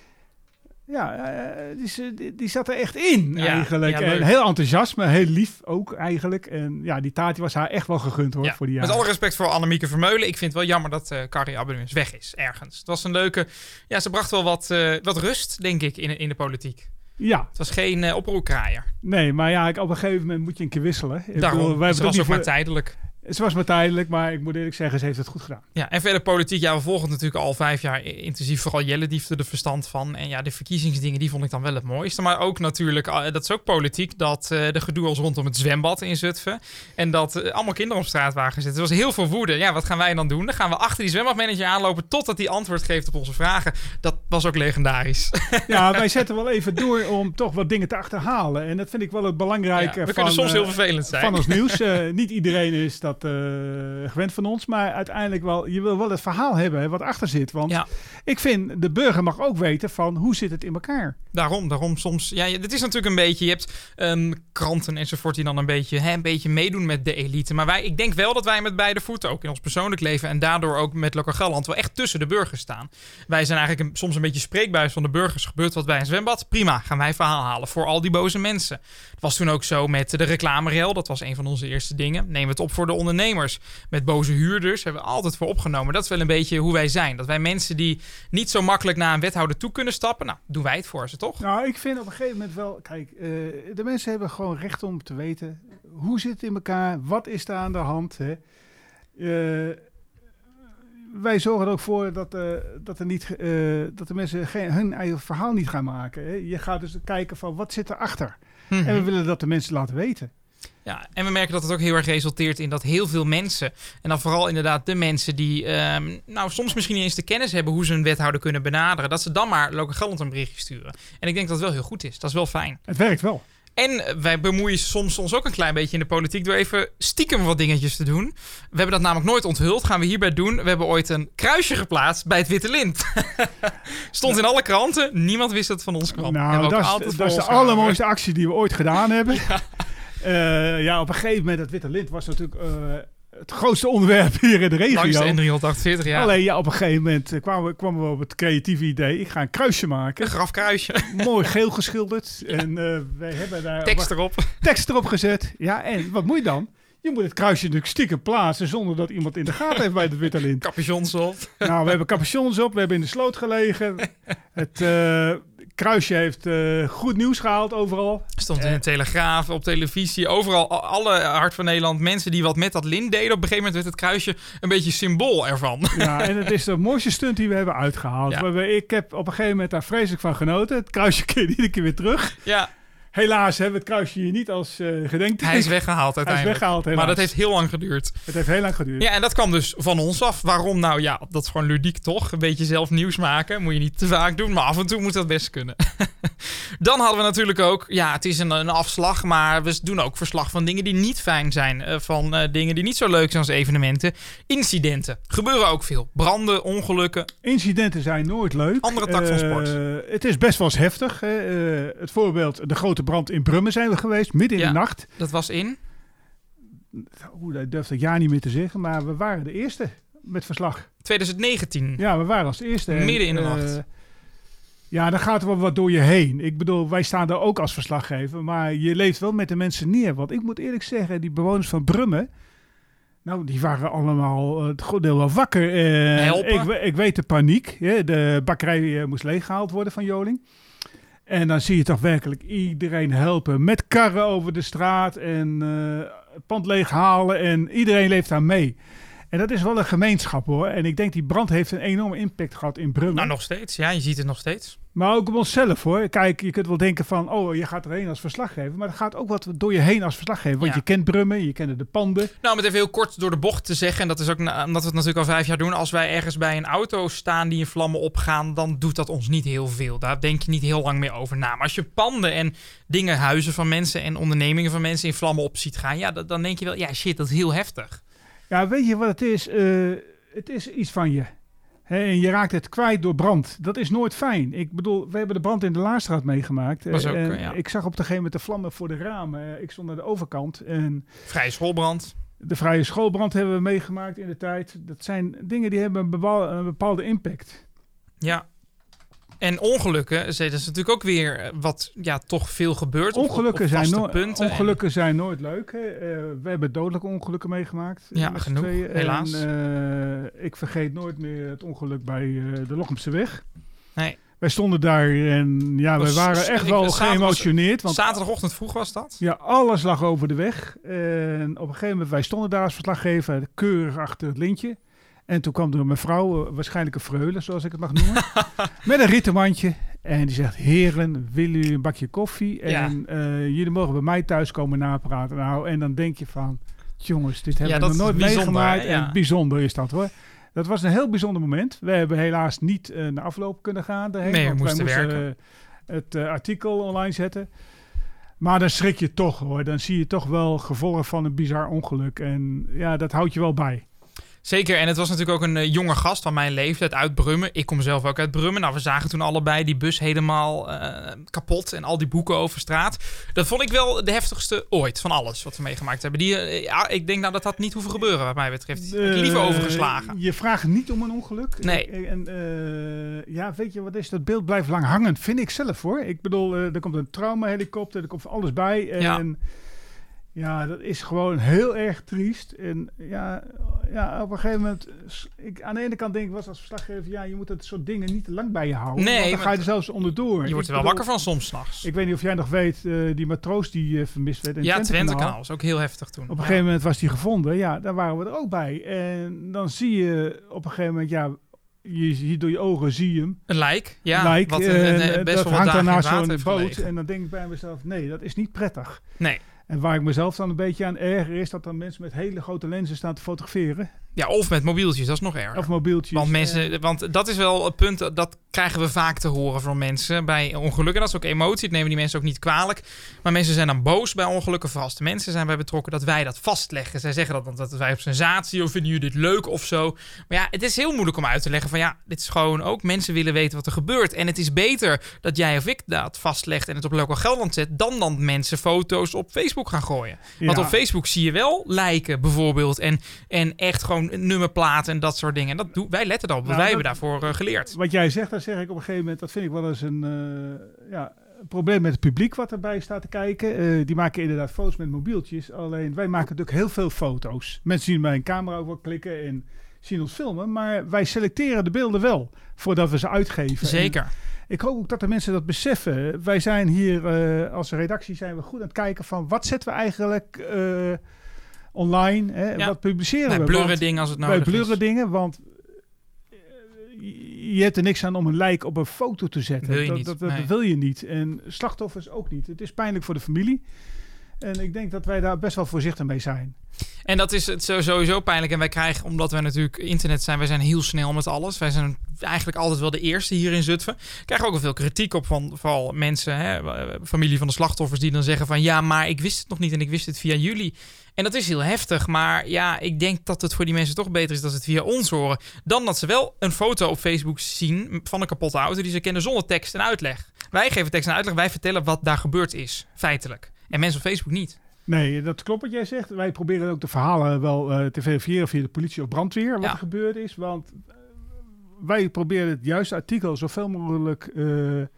Ja, uh, die, die, die zat er echt in Ja, eigenlijk. ja, en leuk. heel enthousiast, maar heel lief ook eigenlijk. En ja, die taart die was haar echt wel gegund hoor, Ja, voor die met jaren. alle respect voor Annemieke Vermeulen. Ik vind het wel jammer dat uh, Carrie Abbenues weg is, ergens. Het was een leuke... Ja, ze bracht wel wat, uh, wat rust, denk ik, in, in de politiek. Ja, Het was geen uh, oproerkraaier. nee, maar ja, ik, op een gegeven moment moet je een keer wisselen. Ik Daarom, bedoel, wij ze hebben was niet ook maar voor- tijdelijk. Ze was maar tijdelijk, maar ik moet eerlijk zeggen, ze heeft het goed gedaan. Ja, en verder politiek. Ja, we volgen natuurlijk al vijf jaar intensief. Vooral Jelle Diefte er verstand van. En ja, de verkiezingsdingen, die vond ik dan wel het mooiste. Maar ook natuurlijk, uh, dat is ook politiek, dat uh, de gedoe was rondom het zwembad in Zutphen. En dat uh, allemaal kinderen op straat waren gezet. Er was heel veel woede. Ja, wat gaan wij dan doen? Dan gaan we achter die zwembadmanager aanlopen totdat hij antwoord geeft op onze vragen. Dat was ook legendarisch. Ja, wij zetten wel even door om toch wat dingen te achterhalen. En dat vind ik wel het belangrijke Ja, we van, kunnen soms uh, heel vervelend zijn. van ons nieuws. Uh, niet iedereen is dat uh, gewend van ons, maar uiteindelijk wel, je wil wel het verhaal hebben hè, wat achter zit. Want Ja. ik vind, de burger mag ook weten van hoe zit het in elkaar. Daarom, daarom soms... Ja, dit is natuurlijk een beetje... Je hebt um, kranten enzovoort die dan een beetje, hè, een beetje meedoen met de elite. Maar wij, ik denk wel dat wij met beide voeten, ook in ons persoonlijk leven en daardoor ook met Lokaal Gelderland, wel echt tussen de burgers staan. Wij zijn eigenlijk een, soms een beetje spreekbuis van de burgers. Gebeurt wat bij een zwembad? Prima, gaan wij verhaal halen voor al die boze mensen. Het was toen ook zo met de reclamerel. Dat was een van onze eerste dingen. Neem het op voor de ondernemers. Met boze huurders hebben we altijd voor opgenomen. Dat is wel een beetje hoe wij zijn. Dat wij mensen die niet zo makkelijk naar een wethouder toe kunnen stappen, nou, doen wij het voor ze, toch? Nou, ik vind op een gegeven moment wel, kijk, uh, de mensen hebben gewoon recht om te weten hoe zit het in elkaar, wat is er aan de hand. Hè? Uh, wij zorgen er ook voor dat, uh, dat, er niet, uh, dat de mensen geen, hun eigen verhaal niet gaan maken. Hè? Je gaat dus kijken van wat zit erachter. Mm-hmm. En we willen dat de mensen laten weten. Ja, en we merken dat het ook heel erg resulteert in dat heel veel mensen, en dan vooral inderdaad de mensen die um, nou soms misschien niet eens de kennis hebben hoe ze een wethouder kunnen benaderen, dat ze dan maar Lokaal Gelderland een berichtje sturen. En ik denk dat het wel heel goed is. Dat is wel fijn. Het werkt wel. En wij bemoeien soms ons ook een klein beetje in de politiek door even stiekem wat dingetjes te doen. We hebben dat namelijk nooit onthuld. Gaan we hierbij doen. We hebben ooit een kruisje geplaatst bij het Witte Lint. Stond in alle kranten. Niemand wist dat het van ons kwam. Nou, dat is, dat is de allermooiste actie die we ooit gedaan hebben. Ja. Uh, ja, op een gegeven moment, dat Witte Lint was natuurlijk uh, het grootste onderwerp hier in de regio. Langs de N driehonderdachtenveertig, ja. Alleen ja, op een gegeven moment uh, kwamen, we, kwamen we op het creatieve idee. Ik ga een kruisje maken. Een grafkruisje. Mooi geel geschilderd. Ja. En uh, wij hebben daar... Tekst erop. Tekst erop gezet. Ja, en wat moet je dan? Je moet het kruisje natuurlijk stiekem plaatsen zonder dat iemand in de gaten heeft bij de Witte Capuchons op. Nou, we hebben capuchons op. We hebben in de sloot gelegen. Het uh, kruisje heeft uh, goed nieuws gehaald overal. Stond in de Telegraaf, op televisie, overal. Alle Hart van Nederland, mensen die wat met dat lint deden. Op een gegeven moment werd het kruisje een beetje symbool ervan. Ja, en het is de mooiste stunt die we hebben uitgehaald. Ja. We, ik heb op een gegeven moment daar vreselijk van genoten. Het kruisje keert iedere keer weer terug. Ja. Helaas hebben we het kruisje hier niet als uh, gedenkteken. Hij is weggehaald uiteindelijk. Hij is weggehaald, helaas. Maar dat heeft heel lang geduurd. Het heeft heel lang geduurd. Ja, en dat kwam dus van ons af. Waarom? Nou ja, dat is gewoon ludiek toch? Een beetje zelf nieuws maken. Moet je niet te vaak doen, maar af en toe moet dat best kunnen. Dan hadden we natuurlijk ook... Ja, het is een, een afslag, maar we doen ook verslag van dingen die niet fijn zijn. Uh, van uh, dingen die niet zo leuk zijn als evenementen. Incidenten. Gebeuren ook veel. Branden, ongelukken. Incidenten zijn nooit leuk. Andere tak van sport. Uh, het is best wel eens heftig. Uh, het voorbeeld, de grote brand in Brummen zijn we geweest, midden in ja, de nacht. Dat was in? Oeh, dat durf ik jaar niet meer te zeggen, maar we waren de eerste met verslag. twintig negentien. Ja, we waren als eerste. Midden in de uh, nacht. Ja, dan gaat er wel wat door je heen. Ik bedoel, wij staan daar ook als verslaggever, maar je leeft wel met de mensen neer. Want ik moet eerlijk zeggen, die bewoners van Brummen, nou, die waren allemaal het groot deel wel wakker. Uh, ik, ik weet de paniek. Ja, de bakkerij uh, moest leeggehaald worden van Joling. En dan zie je toch werkelijk iedereen helpen met karren over de straat en uh, pand leeghalen en iedereen leeft daar mee. En dat is wel een gemeenschap hoor. En ik denk die brand heeft een enorme impact gehad in Brummen. Nou, nog steeds. Ja, je ziet het nog steeds. Maar ook op onszelf hoor. Kijk, je kunt wel denken van, oh, je gaat erheen als verslaggever. Maar er gaat ook wat door je heen als verslaggever. Want ja. je kent Brummen, je kent de panden. Nou, om het even heel kort door de bocht te zeggen. En dat is ook omdat we het natuurlijk al vijf jaar doen. Als wij ergens bij een auto staan die in vlammen opgaan, dan doet dat ons niet heel veel. Daar denk je niet heel lang meer over na. Maar als je panden en dingen, huizen van mensen en ondernemingen van mensen in vlammen op ziet gaan, ja, dan denk je wel, ja shit, dat is heel heftig. Ja, weet je wat het is? Uh, het is iets van je. He, en je raakt het kwijt door brand. Dat is nooit fijn. Ik bedoel, we hebben de brand in de Laarstraat meegemaakt. Was ook, en ja. Ik zag op een gegeven moment de vlammen voor de ramen. Ik stond aan de overkant. En vrije schoolbrand. De vrije schoolbrand hebben we meegemaakt in de tijd. Dat zijn dingen die hebben een bepaalde, een bepaalde impact. Ja. En ongelukken, dat is natuurlijk ook weer wat ja, toch veel gebeurt. Ongelukken, op, op zijn, no- punten ongelukken en... zijn nooit leuk. Hè. Uh, we hebben dodelijke ongelukken meegemaakt. Ja, genoeg, tweeën. helaas. En, uh, ik vergeet nooit meer het ongeluk bij uh, de Lochemse weg. Nee. Wij stonden daar en ja, wij waren echt wel geëmotioneerd. Want zaterdagochtend vroeg was dat? Ja, alles lag over de weg. En op een gegeven moment, wij stonden daar als verslaggever keurig achter het lintje. En toen kwam er een mevrouw, waarschijnlijk een freule, zoals ik het mag noemen, met een rittenmandje. En die zegt, heren, willen jullie een bakje koffie? En ja. uh, jullie mogen bij mij thuis komen napraten. Nou, en dan denk je van, jongens, dit hebben ja, we nog nooit meegemaakt. Ja. En bijzonder is dat hoor. Dat was een heel bijzonder moment. We hebben helaas niet uh, naar afloop kunnen gaan daarheen. Nee, want we moesten wij moesten werken. Uh, het uh, artikel online zetten. Maar dan schrik je toch hoor. Dan zie je toch wel gevolgen van een bizar ongeluk. En ja, dat houdt je wel bij. Zeker, en het was natuurlijk ook een uh, jonge gast van mijn leeftijd uit Brummen. Ik kom zelf ook uit Brummen. Nou, we zagen toen allebei die bus helemaal uh, kapot en al die boeken over straat. Dat vond ik wel de heftigste ooit van alles wat we meegemaakt hebben. Die, uh, ja, ik denk nou dat dat niet hoeft gebeuren wat mij betreft. Uh, ik liever overgeslagen. Je vraagt niet om een ongeluk. Nee. En uh, ja, weet je wat is? Dat beeld blijft lang hangen, vind ik zelf hoor. Ik bedoel, uh, er komt een traumahelikopter, er komt van alles bij. En, ja. Ja, dat is gewoon heel erg triest. En ja, ja op een gegeven moment... Ik, aan de ene kant denk ik was als verslaggever... Ja, je moet dat soort dingen niet te lang bij je houden. Nee, want dan ga je er zelfs onderdoor. Je wordt er wel bedoel, wakker van soms 's nachts. Ik weet niet of jij nog weet, uh, die matroos die uh, vermist werd. In ja, Twente Twente-kanaal was ook heel heftig toen. Op een ja. gegeven moment was die gevonden. Ja, daar waren we er ook bij. En dan zie je op een gegeven moment... ja. Je ziet door je ogen, zie je hem. Een lijk, ja. Lijk, wat een, een, best dat wel hangt dan naast zo'n boot. gelegen. En dan denk ik bij mezelf, nee, dat is niet prettig. Nee. En waar ik mezelf dan een beetje aan erger is... dat dan mensen met hele grote lenzen staan te fotograferen. Ja, of met mobieltjes, dat is nog erger. Of mobieltjes. Want, mensen, uh, want dat is wel het punt, dat krijgen we vaak te horen van mensen bij ongelukken. Dat is ook emotie, dat nemen die mensen ook niet kwalijk. Maar mensen zijn dan boos bij ongelukken. Vooral als de mensen zijn bij betrokken dat wij dat vastleggen. Zij zeggen dat, dat wij op sensatie of vinden jullie dit leuk of zo. Maar ja, het is heel moeilijk om uit te leggen van ja, dit is gewoon ook mensen willen weten wat er gebeurt. En het is beter dat jij of ik dat vastlegt en het op Lokaal Gelderland zet, dan dan mensen foto's op Facebook gaan gooien. Ja. Want op Facebook zie je wel liken bijvoorbeeld en, en echt gewoon nummerplaten en dat soort dingen. Dat doen, wij letten daarop, nou, wij dat, hebben daarvoor uh, geleerd. Wat jij zegt, dat zeg ik op een gegeven moment, dat vind ik wel eens een, uh, ja, een probleem met het publiek wat erbij staat te kijken. Uh, die maken inderdaad foto's met mobieltjes. Alleen wij maken natuurlijk heel veel foto's. Mensen zien bij een camera ook wel klikken en zien ons filmen. Maar wij selecteren de beelden wel voordat we ze uitgeven. Zeker. En ik hoop ook dat de mensen dat beseffen. Wij zijn hier uh, als redactie zijn we goed aan het kijken van wat zetten we eigenlijk uh, online. Hè? Ja. Wat publiceren wij we? blurren want, dingen als het nodig wij blurren is. dingen, want je hebt er niks aan om een lijk op een foto te zetten. Wil je dat, niet. dat, dat Nee. wil je niet. En slachtoffers ook niet. Het is pijnlijk voor de familie. En ik denk dat wij daar best wel voorzichtig mee zijn. En dat is het sowieso pijnlijk. En wij krijgen, omdat wij natuurlijk internet zijn, wij zijn heel snel met alles. Wij zijn eigenlijk altijd wel de eerste hier in Zutphen. We krijgen ook al veel kritiek op van vooral mensen, hè, familie van de slachtoffers, die dan zeggen van ja, maar ik wist het nog niet en ik wist het via jullie. En dat is heel heftig, maar ja, ik denk dat het voor die mensen toch beter is dat ze het via ons horen, dan dat ze wel een foto op Facebook zien van een kapotte auto die ze kennen zonder tekst en uitleg. Wij geven tekst en uitleg, wij vertellen wat daar gebeurd is, feitelijk. En mensen op Facebook niet. Nee, dat klopt wat jij zegt. Wij proberen ook de verhalen wel uh, te verifiëren via de politie of brandweer wat ja. er gebeurd is. Want uh, wij proberen het juiste artikel zoveel mogelijk uh,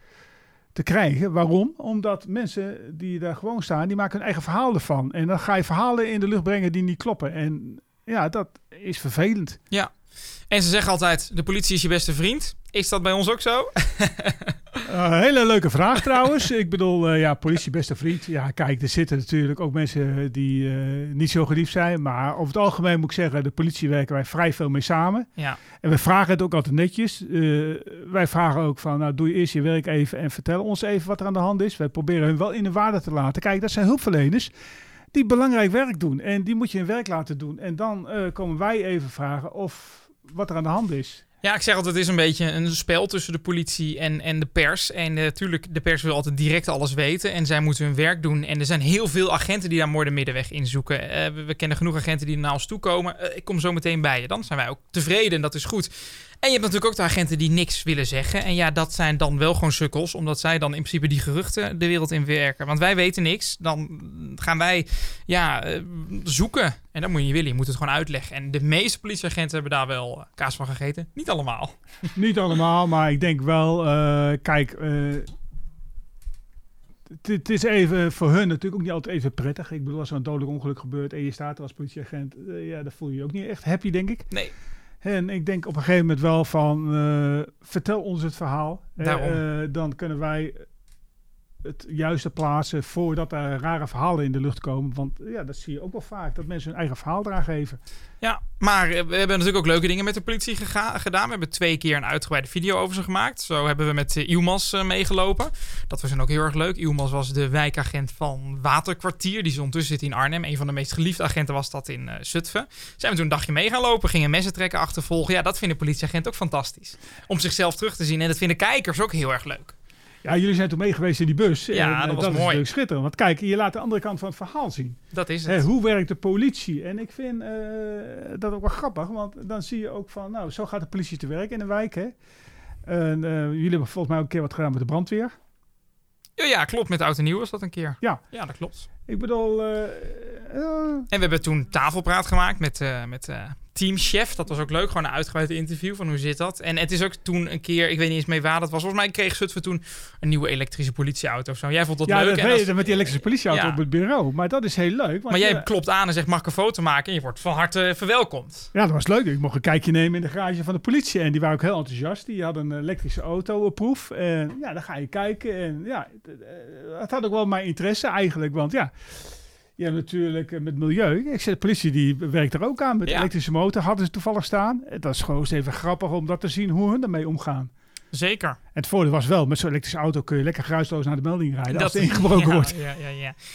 te krijgen. Waarom? Omdat mensen die daar gewoon staan, die maken hun eigen verhaal ervan. En dan ga je verhalen in de lucht brengen die niet kloppen. En ja, dat is vervelend. Ja. En ze zeggen altijd, de politie is je beste vriend. Is dat bij ons ook zo? Een uh, hele leuke vraag trouwens. Ik bedoel, uh, ja, politie beste vriend. Ja, kijk, er zitten natuurlijk ook mensen die uh, niet zo geliefd zijn. Maar over het algemeen moet ik zeggen, de politie werken wij vrij veel mee samen. Ja. En we vragen het ook altijd netjes. Uh, wij vragen ook van, nou doe je eerst je werk even en vertel ons even wat er aan de hand is. Wij proberen hun wel in de waarde te laten. Kijk, dat zijn hulpverleners die belangrijk werk doen. En die moet je hun werk laten doen. En dan uh, komen wij even vragen of wat er aan de hand is. Ja, ik zeg altijd, het is een beetje een spel tussen de politie en, en de pers. En natuurlijk, uh, de pers wil altijd direct alles weten. En zij moeten hun werk doen. En er zijn heel veel agenten die daar mooi de middenweg in zoeken. Uh, we, we kennen genoeg agenten die naar ons toe komen. Uh, ik kom zo meteen bij je. Dan zijn wij ook tevreden en dat is goed. En je hebt natuurlijk ook de agenten die niks willen zeggen. En ja, dat zijn dan wel gewoon sukkels. Omdat zij dan in principe die geruchten de wereld in werken. Want wij weten niks. Dan gaan wij ja, uh, zoeken. En dat moet je niet willen. Je moet het gewoon uitleggen. En de meeste politieagenten hebben daar wel uh, kaas van gegeten. Niet allemaal. Niet allemaal, maar ik denk wel... Uh, kijk... Uh, Het is even voor hun natuurlijk ook niet altijd even prettig. Ik bedoel, als er een dodelijk ongeluk gebeurt en je staat er als politieagent, uh, ja, dan voel je je ook niet echt happy, denk ik. Nee. En ik denk op een gegeven moment wel van, uh, vertel ons het verhaal. Daarom. Uh, dan kunnen wij het juiste plaatsen voordat er rare verhalen in de lucht komen. Want ja, dat zie je ook wel vaak, dat mensen hun eigen verhaal eraan geven. Ja, maar we hebben natuurlijk ook leuke dingen met de politie gega- gedaan. We hebben twee keer een uitgebreide video over ze gemaakt. Zo hebben we met uh, Ilmas uh, meegelopen. Dat was dan ook heel erg leuk. Ilmas was de wijkagent van Waterkwartier. Die ondertussen zit in Arnhem. Een van de meest geliefde agenten was dat in uh, Zutphen. Zijn we toen een dagje mee gaan lopen. Gingen messen trekken, achtervolgen. Ja, dat vinden politieagenten ook fantastisch. Om zichzelf terug te zien. En dat vinden kijkers ook heel erg leuk. Ja, jullie zijn toen mee geweest in die bus. Ja, en, dat was dat mooi. is natuurlijk schitterend. Want kijk, je laat de andere kant van het verhaal zien. Dat is het. Hè, hoe werkt de politie? En ik vind uh, dat ook wel grappig. Want dan zie je ook van, nou, zo gaat de politie te werk in een wijk. Hè? En, uh, jullie hebben volgens mij ook een keer wat gedaan met de brandweer. Ja, ja, klopt. Met Oud en Nieuw was dat een keer. Ja. Ja, dat klopt. Ik bedoel... Uh, uh, En we hebben toen tafelpraat gemaakt met, uh, met uh, teamchef. Dat was ook leuk. Gewoon een uitgebreid interview van hoe zit dat. En het is ook toen een keer, ik weet niet eens mee waar dat was. Volgens mij kreeg Zutphen toen een nieuwe elektrische politieauto of zo. Jij vond dat ja, leuk. dat en weet als, je, met die elektrische politieauto ja. op het bureau. Maar dat is heel leuk. Want Maar jij ja, klopt aan en zegt, mag ik een foto maken? En je wordt van harte verwelkomd. Ja, dat was leuk. Ik mocht een kijkje nemen in de garage van de politie. En die waren ook heel enthousiast. Die hadden een elektrische auto op proef. En ja, dan ga je kijken. En ja, het, het had ook wel mijn interesse eigenlijk. Want ja... Ja, natuurlijk met milieu. Ik zeg, de politie die werkt er ook aan. Met Ja. elektrische motor hadden ze toevallig staan. Dat is gewoon eens even grappig om dat te zien hoe hun ermee omgaan. Zeker. En het voordeel was wel, met zo'n elektrische auto kun je lekker geruisloos naar de melding rijden Dat als het ingebroken ja, wordt. Ja, ja, ja.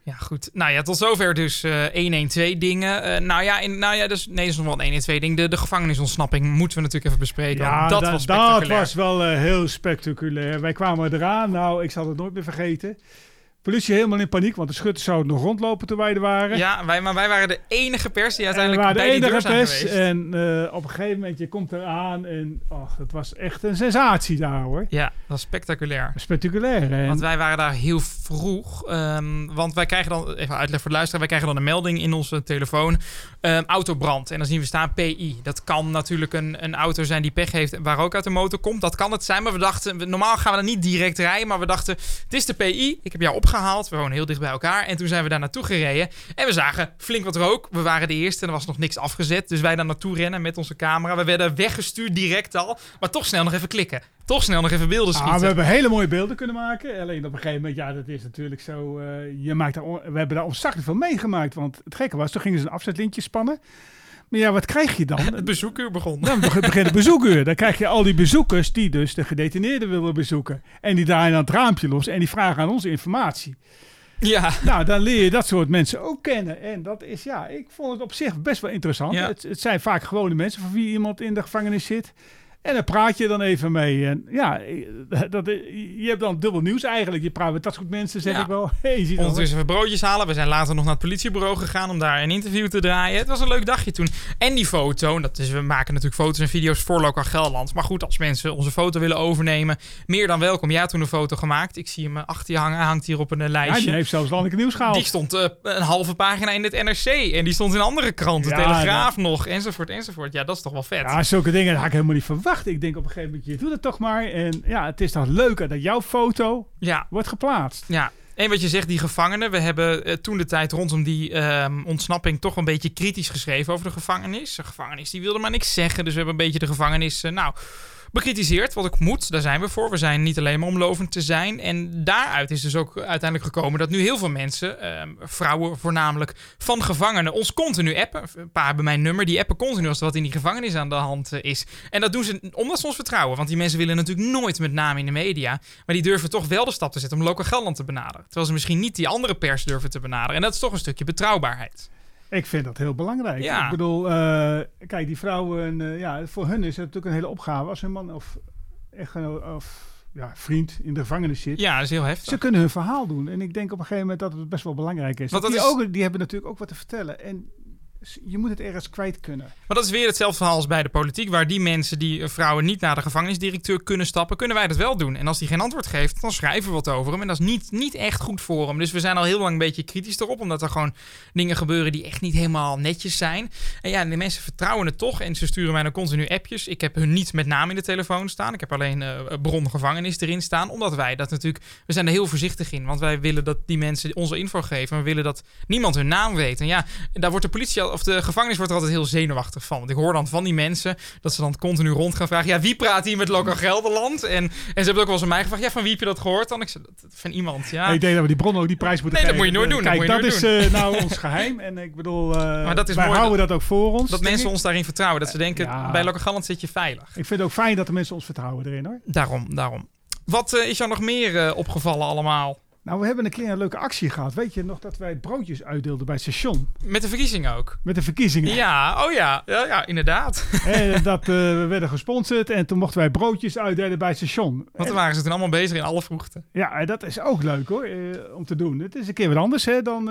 Ja, goed. Nou ja, tot zover dus uh, honderdtwaalf dingen. Uh, nou ja, in, nou ja dus, nee, dat is nog wel een honderdtwaalf ding. De, de gevangenisontsnapping moeten we natuurlijk even bespreken. Ja, dat, da, was spectaculair. dat was wel uh, heel spectaculair. Wij kwamen eraan. Nou, ik zal het nooit meer vergeten. Politie helemaal in paniek, want de schutters zouden nog rondlopen toen wij er waren. Ja, wij, maar wij waren de enige pers die uiteindelijk wij bij de die deur zijn pers, geweest. En uh, op een gegeven moment, je komt eraan en oh, dat was echt een sensatie daar, hoor. Ja, dat was spectaculair. Spectaculair, hè? Want wij waren daar heel vroeg. Um, want wij krijgen dan, even uitleg voor de luisteraar, wij krijgen dan een melding in onze telefoon. Um, autobrand. En dan zien we staan P I. Dat kan natuurlijk een, een auto zijn die pech heeft waar ook uit de motor komt. Dat kan het zijn, maar we dachten, normaal gaan we dan niet direct rijden. Maar we dachten, het is de P I. Ik heb jou opgehaald. We wonen heel dicht bij elkaar. En toen zijn we daar naartoe gereden. En we zagen flink wat rook. We waren de eerste en er was nog niks afgezet. Dus wij daar naartoe rennen met onze camera. We werden weggestuurd direct al. Maar toch snel nog even klikken. Toch snel nog even beelden schieten. Ah, we hebben hele mooie beelden kunnen maken. Alleen op een gegeven moment, ja, dat is natuurlijk zo... Uh, je maakt daar on- we hebben daar ontzettend veel meegemaakt. Want het gekke was, toen gingen ze een afzetlintje spannen. Maar ja, wat krijg je dan? Het bezoekuur begon. Dan begint het bezoekuur. Dan krijg je al die bezoekers die dus de gedetineerden willen bezoeken. En die draaien aan het raampje los en die vragen aan ons informatie. Ja. Nou, dan leer je dat soort mensen ook kennen. En dat is, ja, ik vond het op zich best wel interessant. Ja. Het, het zijn vaak gewone mensen voor wie iemand in de gevangenis zit. En daar praat je dan even mee. En ja, dat, je hebt dan dubbel nieuws eigenlijk. Je praat met dat soort mensen, zeg Ja. ik wel. Hey, je ziet Ondertussen even broodjes halen. We zijn later nog naar het politiebureau gegaan om daar een interview te draaien. Het was een leuk dagje toen. En die foto, dat is, we maken natuurlijk foto's en video's voor Lokaal Gelderland. Maar goed, als mensen onze foto willen overnemen, meer dan welkom. Jij had toen een foto gemaakt. Ik zie hem achter je hangen. Hij hangt hier op een uh, lijstje. Ja, die heeft zelfs Lanneke Nieuws gehaald. Die stond uh, een halve pagina in het N R C. En die stond in andere kranten. Ja, Telegraaf ja. nog, enzovoort, enzovoort. Ja, dat is toch wel vet. Ja, zulke dingen had ik helemaal niet verwacht. Ik denk op een gegeven moment, je doet het toch maar. En ja, het is toch leuker dat jouw foto ja. wordt geplaatst. Ja. En wat je zegt, die gevangenen. We hebben uh, toen de tijd rondom die uh, ontsnapping toch een beetje kritisch geschreven over de gevangenis. De gevangenis die wilde maar niks zeggen. Dus we hebben een beetje de gevangenis, uh, nou, bekritiseerd. Wat ook moet, daar zijn we voor. We zijn niet alleen maar om lovend te zijn. En daaruit is dus ook uiteindelijk gekomen dat nu heel veel mensen, uh, vrouwen voornamelijk, van gevangenen ons continu appen. Een paar hebben mijn nummer, die appen continu als er wat in die gevangenis aan de hand uh, is. En dat doen ze omdat ze ons vertrouwen. Want die mensen willen natuurlijk nooit met name in de media. Maar die durven toch wel de stap te zetten om Lokaal Gelderland te benaderen. Terwijl ze misschien niet die andere pers durven te benaderen. En dat is toch een stukje betrouwbaarheid. Ik vind dat heel belangrijk. Ja. Ik bedoel, uh, kijk, die vrouwen, uh, ja, voor hun is het natuurlijk een hele opgave als hun man of echtgenoot of ja, vriend in de gevangenis zit. Ja, dat is heel heftig. Ze kunnen hun verhaal doen. En ik denk op een gegeven moment dat het best wel belangrijk is. Want Want dat die, is... ook, die hebben natuurlijk ook wat te vertellen. En je moet het ergens kwijt kunnen. Maar dat is weer hetzelfde verhaal als bij de politiek. Waar die mensen, die vrouwen niet naar de gevangenisdirecteur kunnen stappen, kunnen wij dat wel doen. En als die geen antwoord geeft, dan schrijven we wat over hem. En dat is niet, niet echt goed voor hem. Dus we zijn al heel lang een beetje kritisch erop. Omdat er gewoon dingen gebeuren die echt niet helemaal netjes zijn. En ja, de mensen vertrouwen het toch. En ze sturen mij dan continu appjes. Ik heb hun niet met naam in de telefoon staan. Ik heb alleen uh, bron gevangenis erin staan. Omdat wij dat natuurlijk... We zijn er heel voorzichtig in. Want wij willen dat die mensen onze info geven. We willen dat niemand hun naam weet. En ja, daar wordt de politie... Of de gevangenis wordt er altijd heel zenuwachtig van. Want ik hoor dan van die mensen dat ze dan continu rond gaan vragen. Ja, wie praat hier met Lokaal Gelderland? En, en ze hebben ook wel eens aan mij gevraagd. Ja, van wie heb je dat gehoord dan? Ik zei, van iemand, ja. Hey, ik denk dat we die bronnen ook die prijs moeten nee, geven. Nee, dat moet je nooit doen. Kijk, dat, dat is uh, nou ons geheim. En ik bedoel, uh, maar dat is wij mooi houden dat, dat ook voor ons. Dat mensen ik. ons daarin vertrouwen. Dat ze denken, ja. bij Lokaal Gelderland zit je veilig. Ik vind het ook fijn dat de mensen ons vertrouwen erin, hoor. Daarom, daarom. Wat uh, is jou nog meer uh, opgevallen allemaal? Nou, we hebben een keer een leuke actie gehad. Weet je nog dat wij broodjes uitdeelden bij het station? Met de verkiezingen ook? Met de verkiezingen. Ja, oh ja, ja, ja inderdaad. En dat uh, we werden gesponsord en toen mochten wij broodjes uitdelen bij het station. Want dan en, waren ze toen allemaal bezig in alle vroegte. Ja, dat is ook leuk hoor, uh, om te doen. Het is een keer wat anders hè, dan... Uh,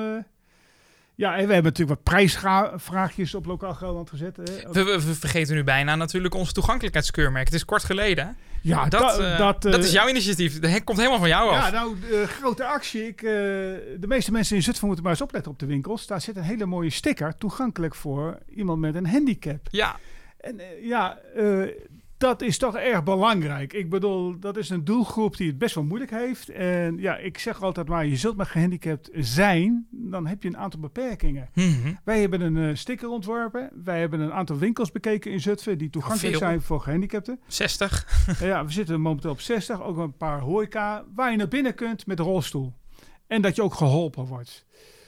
ja, en we hebben natuurlijk wat prijsvraagjes op Lokaal Gelderland gezet. Hè. We, we, we vergeten nu bijna natuurlijk ons toegankelijkheidskeurmerk. Het is kort geleden. Ja, dat, da, uh, dat, uh, dat is jouw initiatief. Dat komt helemaal van jou af. Ja, nou, uh, grote actie. Ik, uh, de meeste mensen in Zutphen moeten maar eens opletten op de winkels. Daar zit een hele mooie sticker, toegankelijk voor iemand met een handicap. Ja. En uh, ja, uh, dat is toch erg belangrijk. Ik bedoel, dat is een doelgroep die het best wel moeilijk heeft. En ja, ik zeg altijd maar, je zult maar gehandicapt zijn, dan heb je een aantal beperkingen. Mm-hmm. Wij hebben een uh, sticker ontworpen. Wij hebben een aantal winkels bekeken in Zutphen die toegankelijk Veel. zijn voor gehandicapten. zestig. uh, ja, we zitten momenteel op zestig. Ook een paar horeca waar je naar binnen kunt met een rolstoel. En dat je ook geholpen wordt.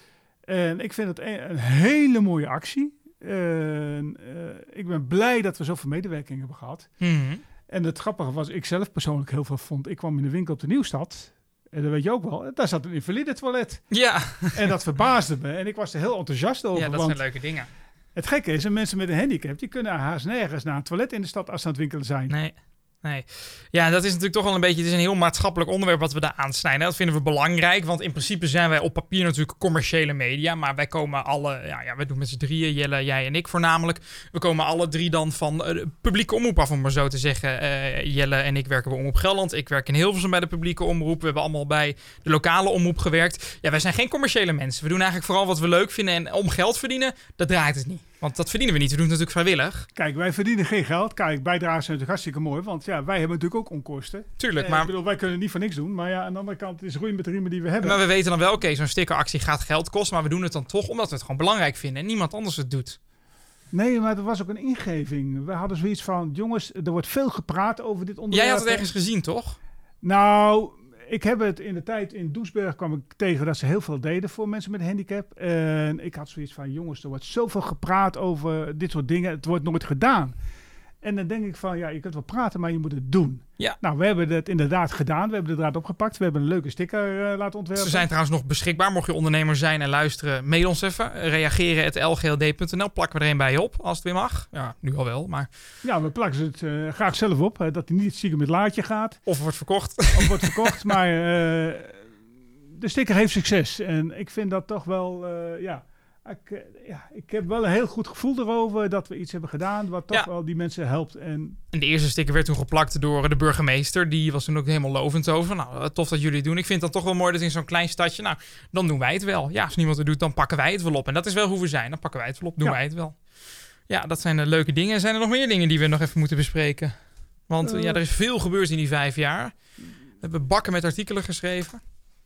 En ik vind het een, een hele mooie actie. Uh, uh, ik ben blij dat we zoveel medewerking hebben gehad. Mm-hmm. En het grappige was, ik zelf persoonlijk heel veel vond. Ik kwam in de winkel op de Nieuwstad. En dat weet je ook wel. Daar zat een invalide toilet. Ja. En dat verbaasde me. En ik was er heel enthousiast over. Ja, dat want zijn leuke dingen. het gekke is, mensen met een handicap, die kunnen haast nergens naar een toilet in de stad als ze aan het winkelen zijn. Nee. Nee. Ja, dat is natuurlijk toch wel een beetje... Het is een heel maatschappelijk onderwerp wat we daar aansnijden. Dat vinden we belangrijk, want in principe zijn wij op papier natuurlijk commerciële media, maar wij komen alle... Ja, ja wij doen met z'n drieën, Jelle, jij en ik voornamelijk. We komen alle drie dan van uh, publieke omroep af, om maar zo te zeggen. Uh, Jelle en ik werken bij Omroep Gelderland. Ik werk in Hilversum bij de publieke omroep. We hebben allemaal bij de lokale omroep gewerkt. Ja, wij zijn geen commerciële mensen. We doen eigenlijk vooral wat we leuk vinden en om geld verdienen, dat draait het niet. Want dat verdienen we niet. We doen het natuurlijk vrijwillig. Kijk, wij verdienen geen geld. Kijk, bijdragen zijn natuurlijk hartstikke mooi. Want ja, wij hebben natuurlijk ook onkosten. Tuurlijk, eh, maar... Ik bedoel, wij kunnen niet voor niks doen. Maar ja, aan de andere kant, het is roeien met de riemen die we hebben. Maar we weten dan wel, oké, okay, zo'n stickeractie gaat geld kosten. Maar we doen het dan toch omdat we het gewoon belangrijk vinden. En niemand anders het doet. Nee, maar er was ook een ingeving. We hadden zoiets van, jongens, er wordt veel gepraat over dit onderwerp. Jij had het ergens gezien, toch? Nou... Ik heb het in de tijd in Doesburg kwam ik tegen dat ze heel veel deden voor mensen met een handicap. En ik had zoiets van, jongens, er wordt zoveel gepraat over dit soort dingen. Het wordt nooit gedaan. En dan denk ik van, ja, je kunt wel praten, maar je moet het doen. Ja. Nou, we hebben het inderdaad gedaan. We hebben de draad opgepakt. We hebben een leuke sticker uh, laten ontwerpen. Ze zijn trouwens nog beschikbaar. Mocht je ondernemer zijn en luisteren, mail ons even. Reageren at l g l d punt n l. Plakken we er een bij je op, als het weer mag. Ja, nu al wel, maar... Ja, we plakken het uh, graag zelf op. Uh, dat hij niet stiekem met laadje gaat. Of wordt verkocht. Of wordt verkocht. Maar uh, de sticker heeft succes. En ik vind dat toch wel, uh, ja... Ik, uh, ja, ik heb wel een heel goed gevoel erover dat we iets hebben gedaan wat toch ja. wel die mensen helpt. En... en de eerste sticker werd toen geplakt door de burgemeester. Die was toen ook helemaal lovend over. Nou, tof dat jullie het doen. Ik vind het dan toch wel mooi dat in zo'n klein stadje, nou, dan doen wij het wel. Ja, als niemand het doet, dan pakken wij het wel op. En dat is wel hoe we zijn. Dan pakken wij het wel op, doen ja. wij het wel. Ja, dat zijn de leuke dingen. Zijn er nog meer dingen die we nog even moeten bespreken? Want uh, ja, er is veel gebeurd in die vijf jaar. We hebben bakken met artikelen geschreven.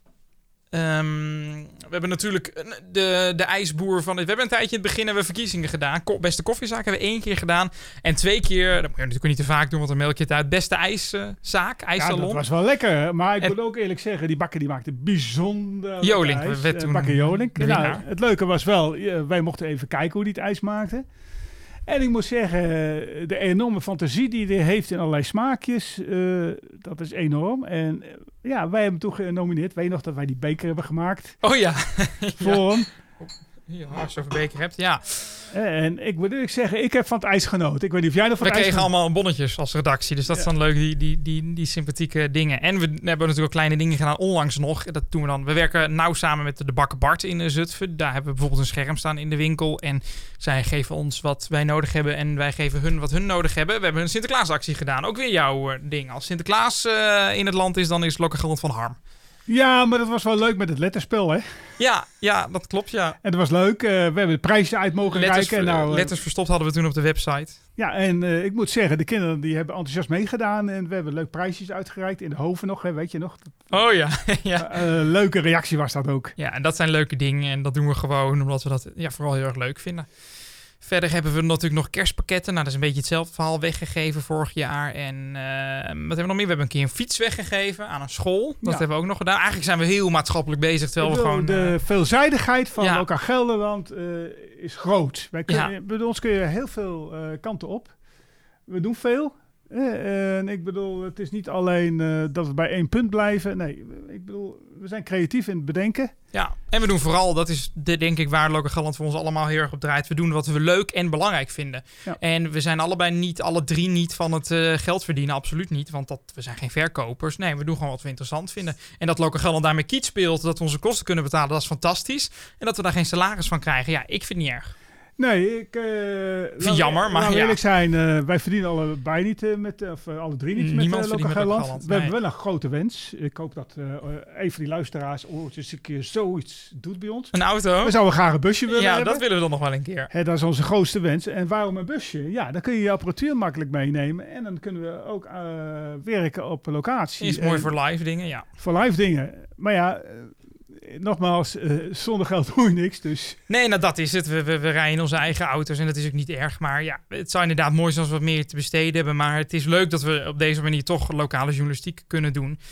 Um, we hebben natuurlijk de, de ijsboer van... We hebben een tijdje in het begin hebben we verkiezingen gedaan. Ko- beste koffiezaak hebben we één keer gedaan. En twee keer, dat moet je natuurlijk niet te vaak doen, want dan melk je het uit. Beste ijszaak, ijssalon. Ja, dat was wel lekker. Maar ik en, moet ook eerlijk zeggen, die bakker die maakte bijzonder Jolink, ijs. werd toen bakker Jolink. Nou, het leuke was wel, wij mochten even kijken hoe die het ijs maakte. En ik moet zeggen, de enorme fantasie die hij heeft in allerlei smaakjes, uh, dat is enorm. En uh, ja, wij hebben hem toen genomineerd. Weet je nog dat wij die beker hebben gemaakt? Oh ja. Voor hem. Ja, als je over beker hebt, ja. En ik moet eerlijk zeggen, ik heb van het ijs genoten. Ik weet niet of jij nog van we het ijs... We kregen allemaal bonnetjes als redactie. Dus dat ja. is dan leuk, die, die, die, die sympathieke dingen. En we hebben natuurlijk ook kleine dingen gedaan onlangs nog. Dat doen we dan. We werken nauw samen met de bakker Bart in Zutphen. Daar hebben we bijvoorbeeld een scherm staan in de winkel. En zij geven ons wat wij nodig hebben. En wij geven hun wat hun nodig hebben. We hebben een Sinterklaasactie gedaan. Ook weer jouw uh, ding. Als Sinterklaas uh, in het land is, dan is Lokkergrond van Harm. Ja, maar dat was wel leuk met het letterspel, hè? Ja, ja, dat klopt, ja. En dat was leuk. Uh, we hebben de prijzen uit mogen letters, reiken. Nou, uh, letters verstopt hadden we toen op de website. Ja, en uh, ik moet zeggen, de kinderen die hebben enthousiast meegedaan. En we hebben leuk prijsjes uitgereikt. In de Hoven nog, hè, weet je nog? Oh ja. ja. Uh, uh, leuke reactie was dat ook. Ja, en dat zijn leuke dingen. En dat doen we gewoon omdat we dat ja, vooral heel erg leuk vinden. Verder hebben we natuurlijk nog kerstpakketten. Nou, dat is een beetje hetzelfde verhaal weggegeven vorig jaar. En uh, wat hebben we nog meer? We hebben een keer een fiets weggegeven aan een school. Dat ja. hebben we ook nog gedaan. Eigenlijk zijn we heel maatschappelijk bezig. Terwijl we gewoon, de uh, veelzijdigheid van ja. Lokaal Gelderland uh, is groot. Wij kunnen, ja. Bij ons kun je heel veel uh, kanten op. We doen veel. Eh, en ik bedoel, het is niet alleen uh, dat we bij één punt blijven. Nee, ik bedoel, we zijn creatief in het bedenken. Ja, en we doen vooral, dat is de, denk ik waar Lokaal Gelderland voor ons allemaal heel erg op draait. We doen wat we leuk en belangrijk vinden. Ja. En we zijn allebei niet, alle drie niet van het uh, geld verdienen. Absoluut niet, want dat, we zijn geen verkopers. Nee, we doen gewoon wat we interessant vinden. En dat Lokaal Gelderland daarmee kiet speelt, dat we onze kosten kunnen betalen, dat is fantastisch. En dat we daar geen salaris van krijgen, ja, ik vind het niet erg. Nee, ik uh, vind het jammer, maar ja. eerlijk zijn, uh, wij verdienen allebei niet uh, met, of uh, alle drie niet Niemand met uh, Lokaal Gelderland. We nee. hebben wel een grote wens. Ik hoop dat uh, een van die luisteraars ooit eens een keer zoiets doet bij ons. Een auto? We zouden graag een busje willen ja, hebben. Ja, dat willen we dan nog wel een keer. He, dat is onze grootste wens. En waarom een busje? Ja, dan kun je je apparatuur makkelijk meenemen. En dan kunnen we ook uh, werken op locatie. Is mooi en voor live dingen, ja. Voor live dingen. Maar ja... Uh, Nogmaals, uh, zonder geld doe je niks, dus... Nee, nou dat is het. We, we, we rijden in onze eigen auto's en dat is ook niet erg. Maar ja, het zou inderdaad mooi zijn als we wat meer te besteden hebben. Maar het is leuk dat we op deze manier toch lokale journalistiek kunnen doen.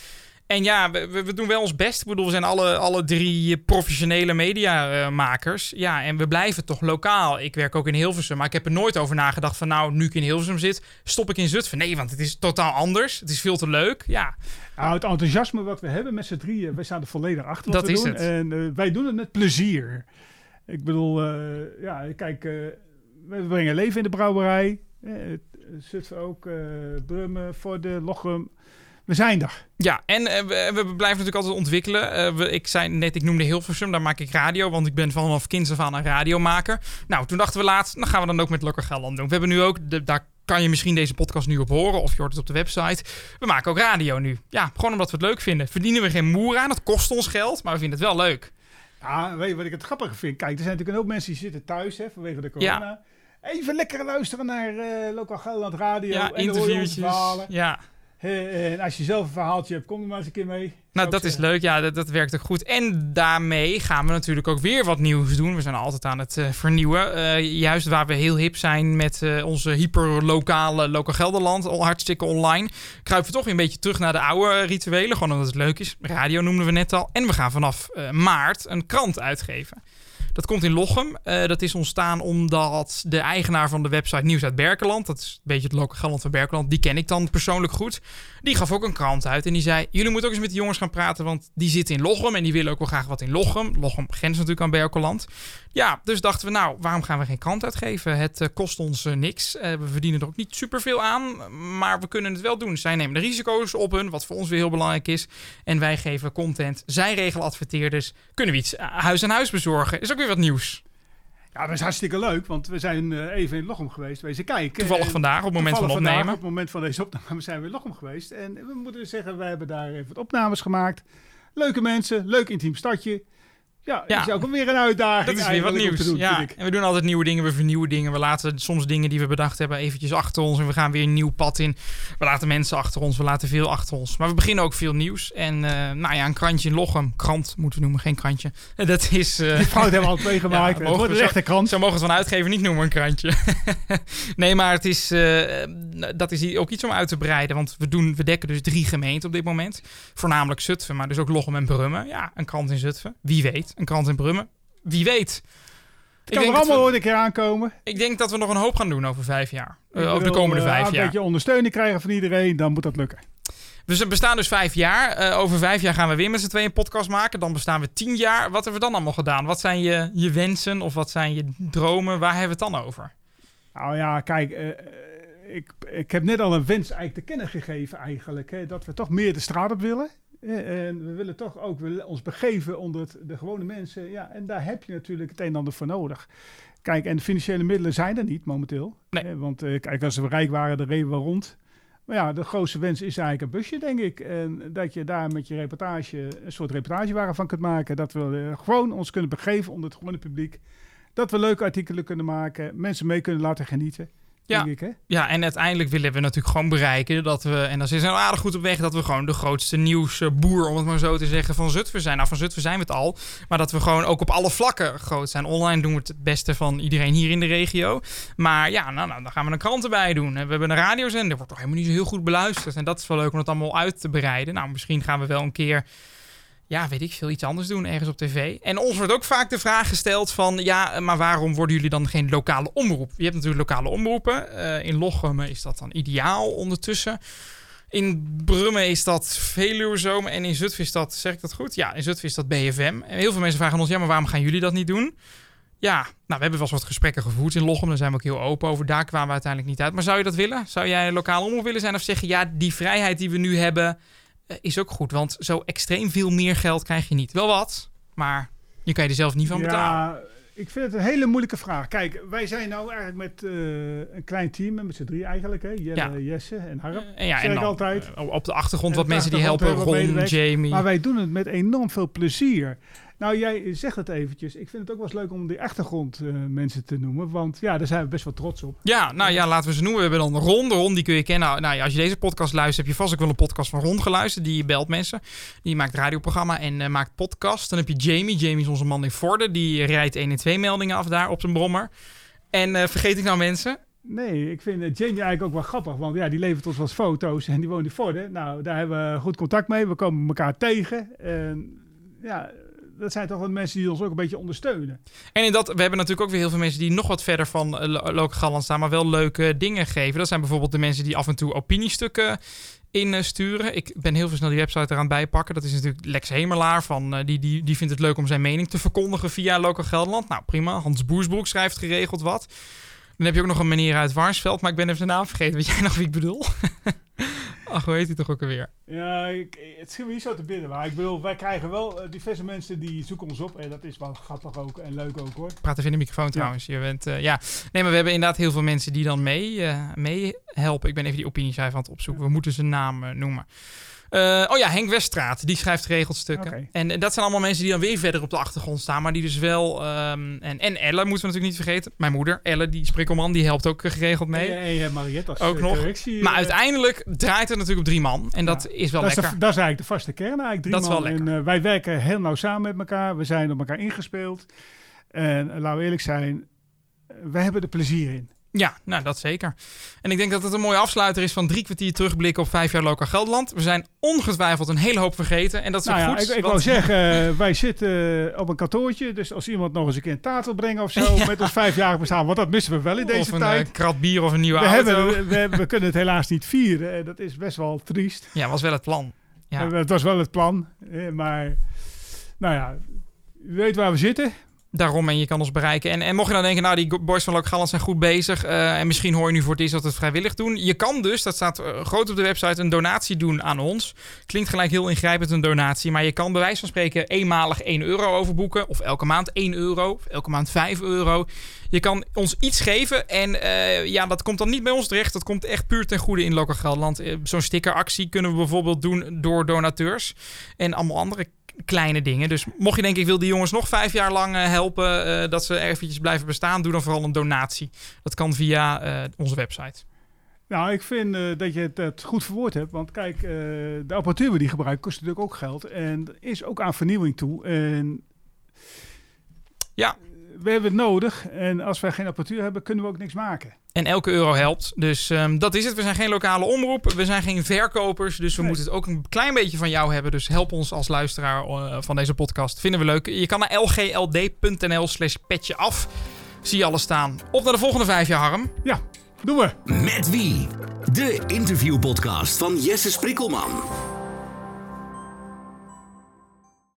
En ja, we, we doen wel ons best. Ik bedoel, we zijn alle, alle drie professionele mediamakers. Ja, en we blijven toch lokaal. Ik werk ook in Hilversum, maar ik heb er nooit over nagedacht van... nou, nu ik in Hilversum zit, stop ik in Zutphen. Nee, want het is totaal anders. Het is veel te leuk, ja. Nou, het enthousiasme wat we hebben met z'n drieën, wij staan er volledig achter wat Dat we is doen. het. En uh, wij doen het met plezier. Ik bedoel, uh, ja, kijk, uh, we brengen leven in de brouwerij. Uh, Zutphen ook, uh, Brummen, Vorden, Lochem. We zijn er. Ja, en uh, we, we blijven natuurlijk altijd ontwikkelen. Uh, we, ik zei net, ik noemde Hilversum, daar maak ik radio, want ik ben vanaf kinds af aan een radiomaker. Nou, toen dachten we laatst, dan gaan we dan ook met Lokaal Gelderland doen. We hebben nu ook, de, daar kan je misschien deze podcast nu op horen, of je hoort het op de website. We maken ook radio nu. Ja, gewoon omdat we het leuk vinden. Verdienen we geen moer aan, het kost ons geld, maar we vinden het wel leuk. Ja, weet je wat ik het grappige vind? Kijk, er zijn natuurlijk een hoop mensen die zitten thuis, hè, vanwege de corona. Ja. Even lekker luisteren naar uh, Lokaal Gelderland Radio. Ja, en interviewtjes. Ja. Uh, en als je zelf een verhaaltje hebt, kom er maar eens een keer mee. Nou, dat is leuk. Ja, dat, dat werkt ook goed. En daarmee gaan we natuurlijk ook weer wat nieuws doen. We zijn altijd aan het uh, vernieuwen. Uh, juist waar we heel hip zijn met uh, onze hyperlokale Lokaal Gelderland, al hartstikke online, kruipen we toch weer een beetje terug naar de oude rituelen. Gewoon omdat het leuk is. Radio noemden we net al. En we gaan vanaf uh, maart een krant uitgeven. Dat komt in Lochem. Uh, dat is ontstaan omdat de eigenaar van de website Nieuws uit Berkeland, dat is een beetje het Lokaal Gelderland van Berkeland, die ken ik dan persoonlijk goed. Die gaf ook een krant uit en die zei, jullie moeten ook eens met die jongens gaan praten, want die zitten in Lochem en die willen ook wel graag wat in Lochem. Lochem grenst natuurlijk aan Berkeland. Ja, dus dachten we, nou, waarom gaan we geen krant uitgeven? Het uh, kost ons uh, niks. Uh, we verdienen er ook niet superveel aan, maar we kunnen het wel doen. Zij nemen de risico's op hun, wat voor ons weer heel belangrijk is. En wij geven content. Zij regelen adverteerders. Kunnen we iets uh, huis aan huis bezorgen? Is ook weer wat nieuws. Ja, dat is hartstikke leuk, want we zijn uh, even in Lochem geweest. Wezen kijken. Toevallig en, vandaag, op het moment van opnemen. Vandaag, op het moment van deze opname zijn we in Lochem geweest. En we moeten zeggen, we hebben daar even wat opnames gemaakt. Leuke mensen, leuk intiem stadje. Ja, ja. is ook weer een uitdaging. Dat is weer wat nieuws. Te doen, ja. En we doen altijd nieuwe dingen, we vernieuwen dingen. We laten soms dingen die we bedacht hebben eventjes achter ons. En we gaan weer een nieuw pad in. We laten mensen achter ons, we laten veel achter ons. Maar we beginnen ook veel nieuws. En uh, nou ja, een krantje in Lochem. Krant moeten we noemen, geen krantje. Dat is... Uh, Die fout hebben we al twee gemaakt. Ja, het wordt een zo, echte krant. Zo mogen we het van uitgever niet noemen, een krantje. Nee, maar het is, uh, dat is ook iets om uit te breiden. Want we, doen, we dekken dus drie gemeenten op dit moment. Voornamelijk Zutphen, maar dus ook Lochem en Brummen. Ja, een krant in Zutphen. Wie weet. Een krant in Brummen. Wie weet. Het kan er allemaal ooit een keer aankomen. Ik denk dat we nog een hoop gaan doen over vijf jaar. Uh, over de komende vijf uh, jaar. Een beetje ondersteuning krijgen van iedereen, dan moet dat lukken. We bestaan dus vijf jaar. Uh, over vijf jaar gaan we weer met z'n tweeën een podcast maken. Dan bestaan we tien jaar. Wat hebben we dan allemaal gedaan? Wat zijn je, je wensen of wat zijn je dromen? Waar hebben we het dan over? Nou ja, kijk... Uh, ik, ik heb net al een wens eigenlijk te kennen gegeven eigenlijk. Hè, dat we toch meer de straat op willen. En we willen toch ook ons begeven onder het, de gewone mensen. Ja, en daar heb je natuurlijk het een en ander voor nodig. Kijk, en de financiële middelen zijn er niet momenteel. Nee. Eh, want eh, kijk, als we rijk waren, dan reden we rond. Maar ja, de grootste wens is eigenlijk een busje, denk ik. En dat je daar met je reportage een soort reportagewagen van kunt maken. Dat we uh, gewoon ons kunnen begeven onder het gewone publiek. Dat we leuke artikelen kunnen maken. Mensen mee kunnen laten genieten. Ja. Ik, hè? ja, en uiteindelijk willen we natuurlijk gewoon bereiken dat we, en dat is nou aardig goed op weg, dat we gewoon de grootste nieuwsboer, om het maar zo te zeggen, van Zutphen zijn. Nou, van Zutphen zijn we het al, maar dat we gewoon ook op alle vlakken groot zijn. Online doen we het beste van iedereen hier in de regio. Maar ja, nou, nou dan gaan we een krant erbij doen. We hebben een radiozender, wordt toch helemaal niet zo heel goed beluisterd. En dat is wel leuk om het allemaal uit te bereiden. Nou, misschien gaan we wel een keer... Ja, weet ik veel, iets anders doen ergens op tv. En ons wordt ook vaak de vraag gesteld van... ja, maar waarom worden jullie dan geen lokale omroep? Je hebt natuurlijk lokale omroepen. Uh, in Lochem is dat dan ideaal ondertussen. In Brummen is dat Veluwe zo. En in Zutphen is dat, zeg ik dat goed? Ja, in Zutphen is dat B F M. En heel veel mensen vragen ons... ja, maar waarom gaan jullie dat niet doen? Ja, nou, we hebben wel eens wat gesprekken gevoerd in Lochem. Daar zijn we ook heel open over. Daar kwamen we uiteindelijk niet uit. Maar zou je dat willen? Zou jij een lokale omroep willen zijn? Of zeg je, ja, die vrijheid die we nu hebben... is ook goed, want zo extreem veel meer geld krijg je niet. Wel wat, maar je kan je er zelf niet van betalen. Ja, ik vind het een hele moeilijke vraag. Kijk, wij zijn nou eigenlijk met uh, een klein team, met z'n drie eigenlijk. Hè? Jelle, ja. Jesse en Harm. Uh, ja, en dan, altijd. Uh, op de achtergrond en wat mensen die helpen, Ron, Jamie. Maar wij doen het met enorm veel plezier. Nou, jij zegt het eventjes. Ik vind het ook wel eens leuk om die achtergrond uh, mensen te noemen. Want ja, daar zijn we best wel trots op. Ja, nou ja, laten we ze noemen. We hebben dan Ron. De Ron, die kun je kennen. Nou, nou ja, als je deze podcast luistert, heb je vast ook wel een podcast van Ron geluisterd. Die belt mensen. Die maakt radioprogramma en uh, maakt podcast. Dan heb je Jamie. Jamie is onze man in Vorden. Die rijdt één en twee meldingen af daar op zijn brommer. En uh, vergeet ik nou mensen? Nee, ik vind Jamie eigenlijk ook wel grappig. Want ja, die levert ons wat foto's en die woont in Vorden. Nou, daar hebben we goed contact mee. We komen elkaar tegen. En ja, dat zijn toch wel mensen die ons ook een beetje ondersteunen. En in dat, we hebben natuurlijk ook weer heel veel mensen die nog wat verder van uh, Local Gelderland staan, maar wel leuke dingen geven. Dat zijn bijvoorbeeld de mensen die af en toe opiniestukken insturen. Ik ben heel veel snel die website eraan bijpakken. Dat is natuurlijk Lex Hemelaar. Van, uh, die, die, die vindt het leuk om zijn mening te verkondigen via Local Gelderland. Nou, prima. Hans Boersbroek schrijft geregeld wat. Dan heb je ook nog een meneer uit Warnsveld, maar ik ben even de naam vergeten. Weet jij nog wie ik bedoel? Ach, hoe heet hij toch ook alweer? Ja, ik, het schiet me niet zo te binnen. Maar ik bedoel, wij krijgen wel uh, diverse mensen die zoeken ons op. En dat is wel grappig ook en leuk ook hoor. Praat even in de microfoon trouwens. Ja. Je bent, uh, ja. Nee, maar we hebben inderdaad heel veel mensen die dan mee, uh, mee helpen. Ik ben even die opinieschrijver aan het opzoeken. We moeten zijn naam uh, noemen. Uh, oh ja, Henk Weststraat, die schrijft geregeld stukken. Okay. En, en dat zijn allemaal mensen die dan weer verder op de achtergrond staan. Maar die dus wel... Um, en, en Elle moeten we natuurlijk niet vergeten. Mijn moeder, Elle, die sprikkelman, die helpt ook geregeld mee. En, en, en Mariette als ook nog. correctie. Maar uh, uiteindelijk draait het natuurlijk op drie man. En dat ja, is wel dat lekker. Is de, dat is eigenlijk de vaste kern, eigenlijk drie dat man. Is wel lekker. En uh, wij werken heel nauw samen met elkaar. We zijn op elkaar ingespeeld. En uh, laten we eerlijk zijn, wij hebben er plezier in. Ja, nou dat zeker. En ik denk dat het een mooie afsluiter is van drie kwartier terugblikken op vijf jaar Local Gelderland. We zijn ongetwijfeld een hele hoop vergeten. En dat is nou ook ja, goed. Ik, ik want... wou zeggen, uh, wij zitten op een kantoortje. Dus als iemand nog eens een keer een taart wil brengen of zo. Ja. Met ons vijfjarig bestaan. Want dat missen we wel in deze of een, tijd. Een krat bier of een nieuwe we auto. Hebben, we, we, we kunnen het helaas niet vieren. En dat is best wel triest. Ja, was wel het plan. Ja. Uh, het was wel het plan. Uh, maar nou ja, u weet waar we zitten. Daarom, en je kan ons bereiken. En, en mocht je nou denken, nou, die boys van Local Gelderland zijn goed bezig. Uh, en misschien hoor je nu voor het eerst dat we het vrijwillig doen. Je kan dus, dat staat uh, groot op de website, een donatie doen aan ons. Klinkt gelijk heel ingrijpend, een donatie. Maar je kan bij wijze van spreken eenmalig één euro overboeken. Of elke maand één euro. Of elke maand vijf euro. Je kan ons iets geven. En uh, ja, dat komt dan niet bij ons terecht. Dat komt echt puur ten goede in Local Gelderland. Uh, zo'n stickeractie kunnen we bijvoorbeeld doen door donateurs. En allemaal andere kleine dingen. Dus mocht je denken, ik wil die jongens nog vijf jaar lang uh, helpen, uh, dat ze eventjes blijven bestaan, doe dan vooral een donatie. Dat kan via uh, onze website. Nou, ik vind uh, dat je het, het goed verwoord hebt. Want kijk, uh, de apparatuur die we gebruiken kost natuurlijk ook geld. En is ook aan vernieuwing toe. En ja. We hebben het nodig. En als wij geen apparatuur hebben, kunnen we ook niks maken. En elke euro helpt. Dus um, dat is het. We zijn geen lokale omroep. We zijn geen verkopers. Dus we nee. moeten het ook een klein beetje van jou hebben. Dus help ons als luisteraar uh, van deze podcast. Vinden we leuk. Je kan naar lgld.nl slash petje af. Zie je alles staan. Op naar de volgende vijf jaar, Harm. Ja, doen we. Met wie? De interviewpodcast van Jesse Sprikkelman.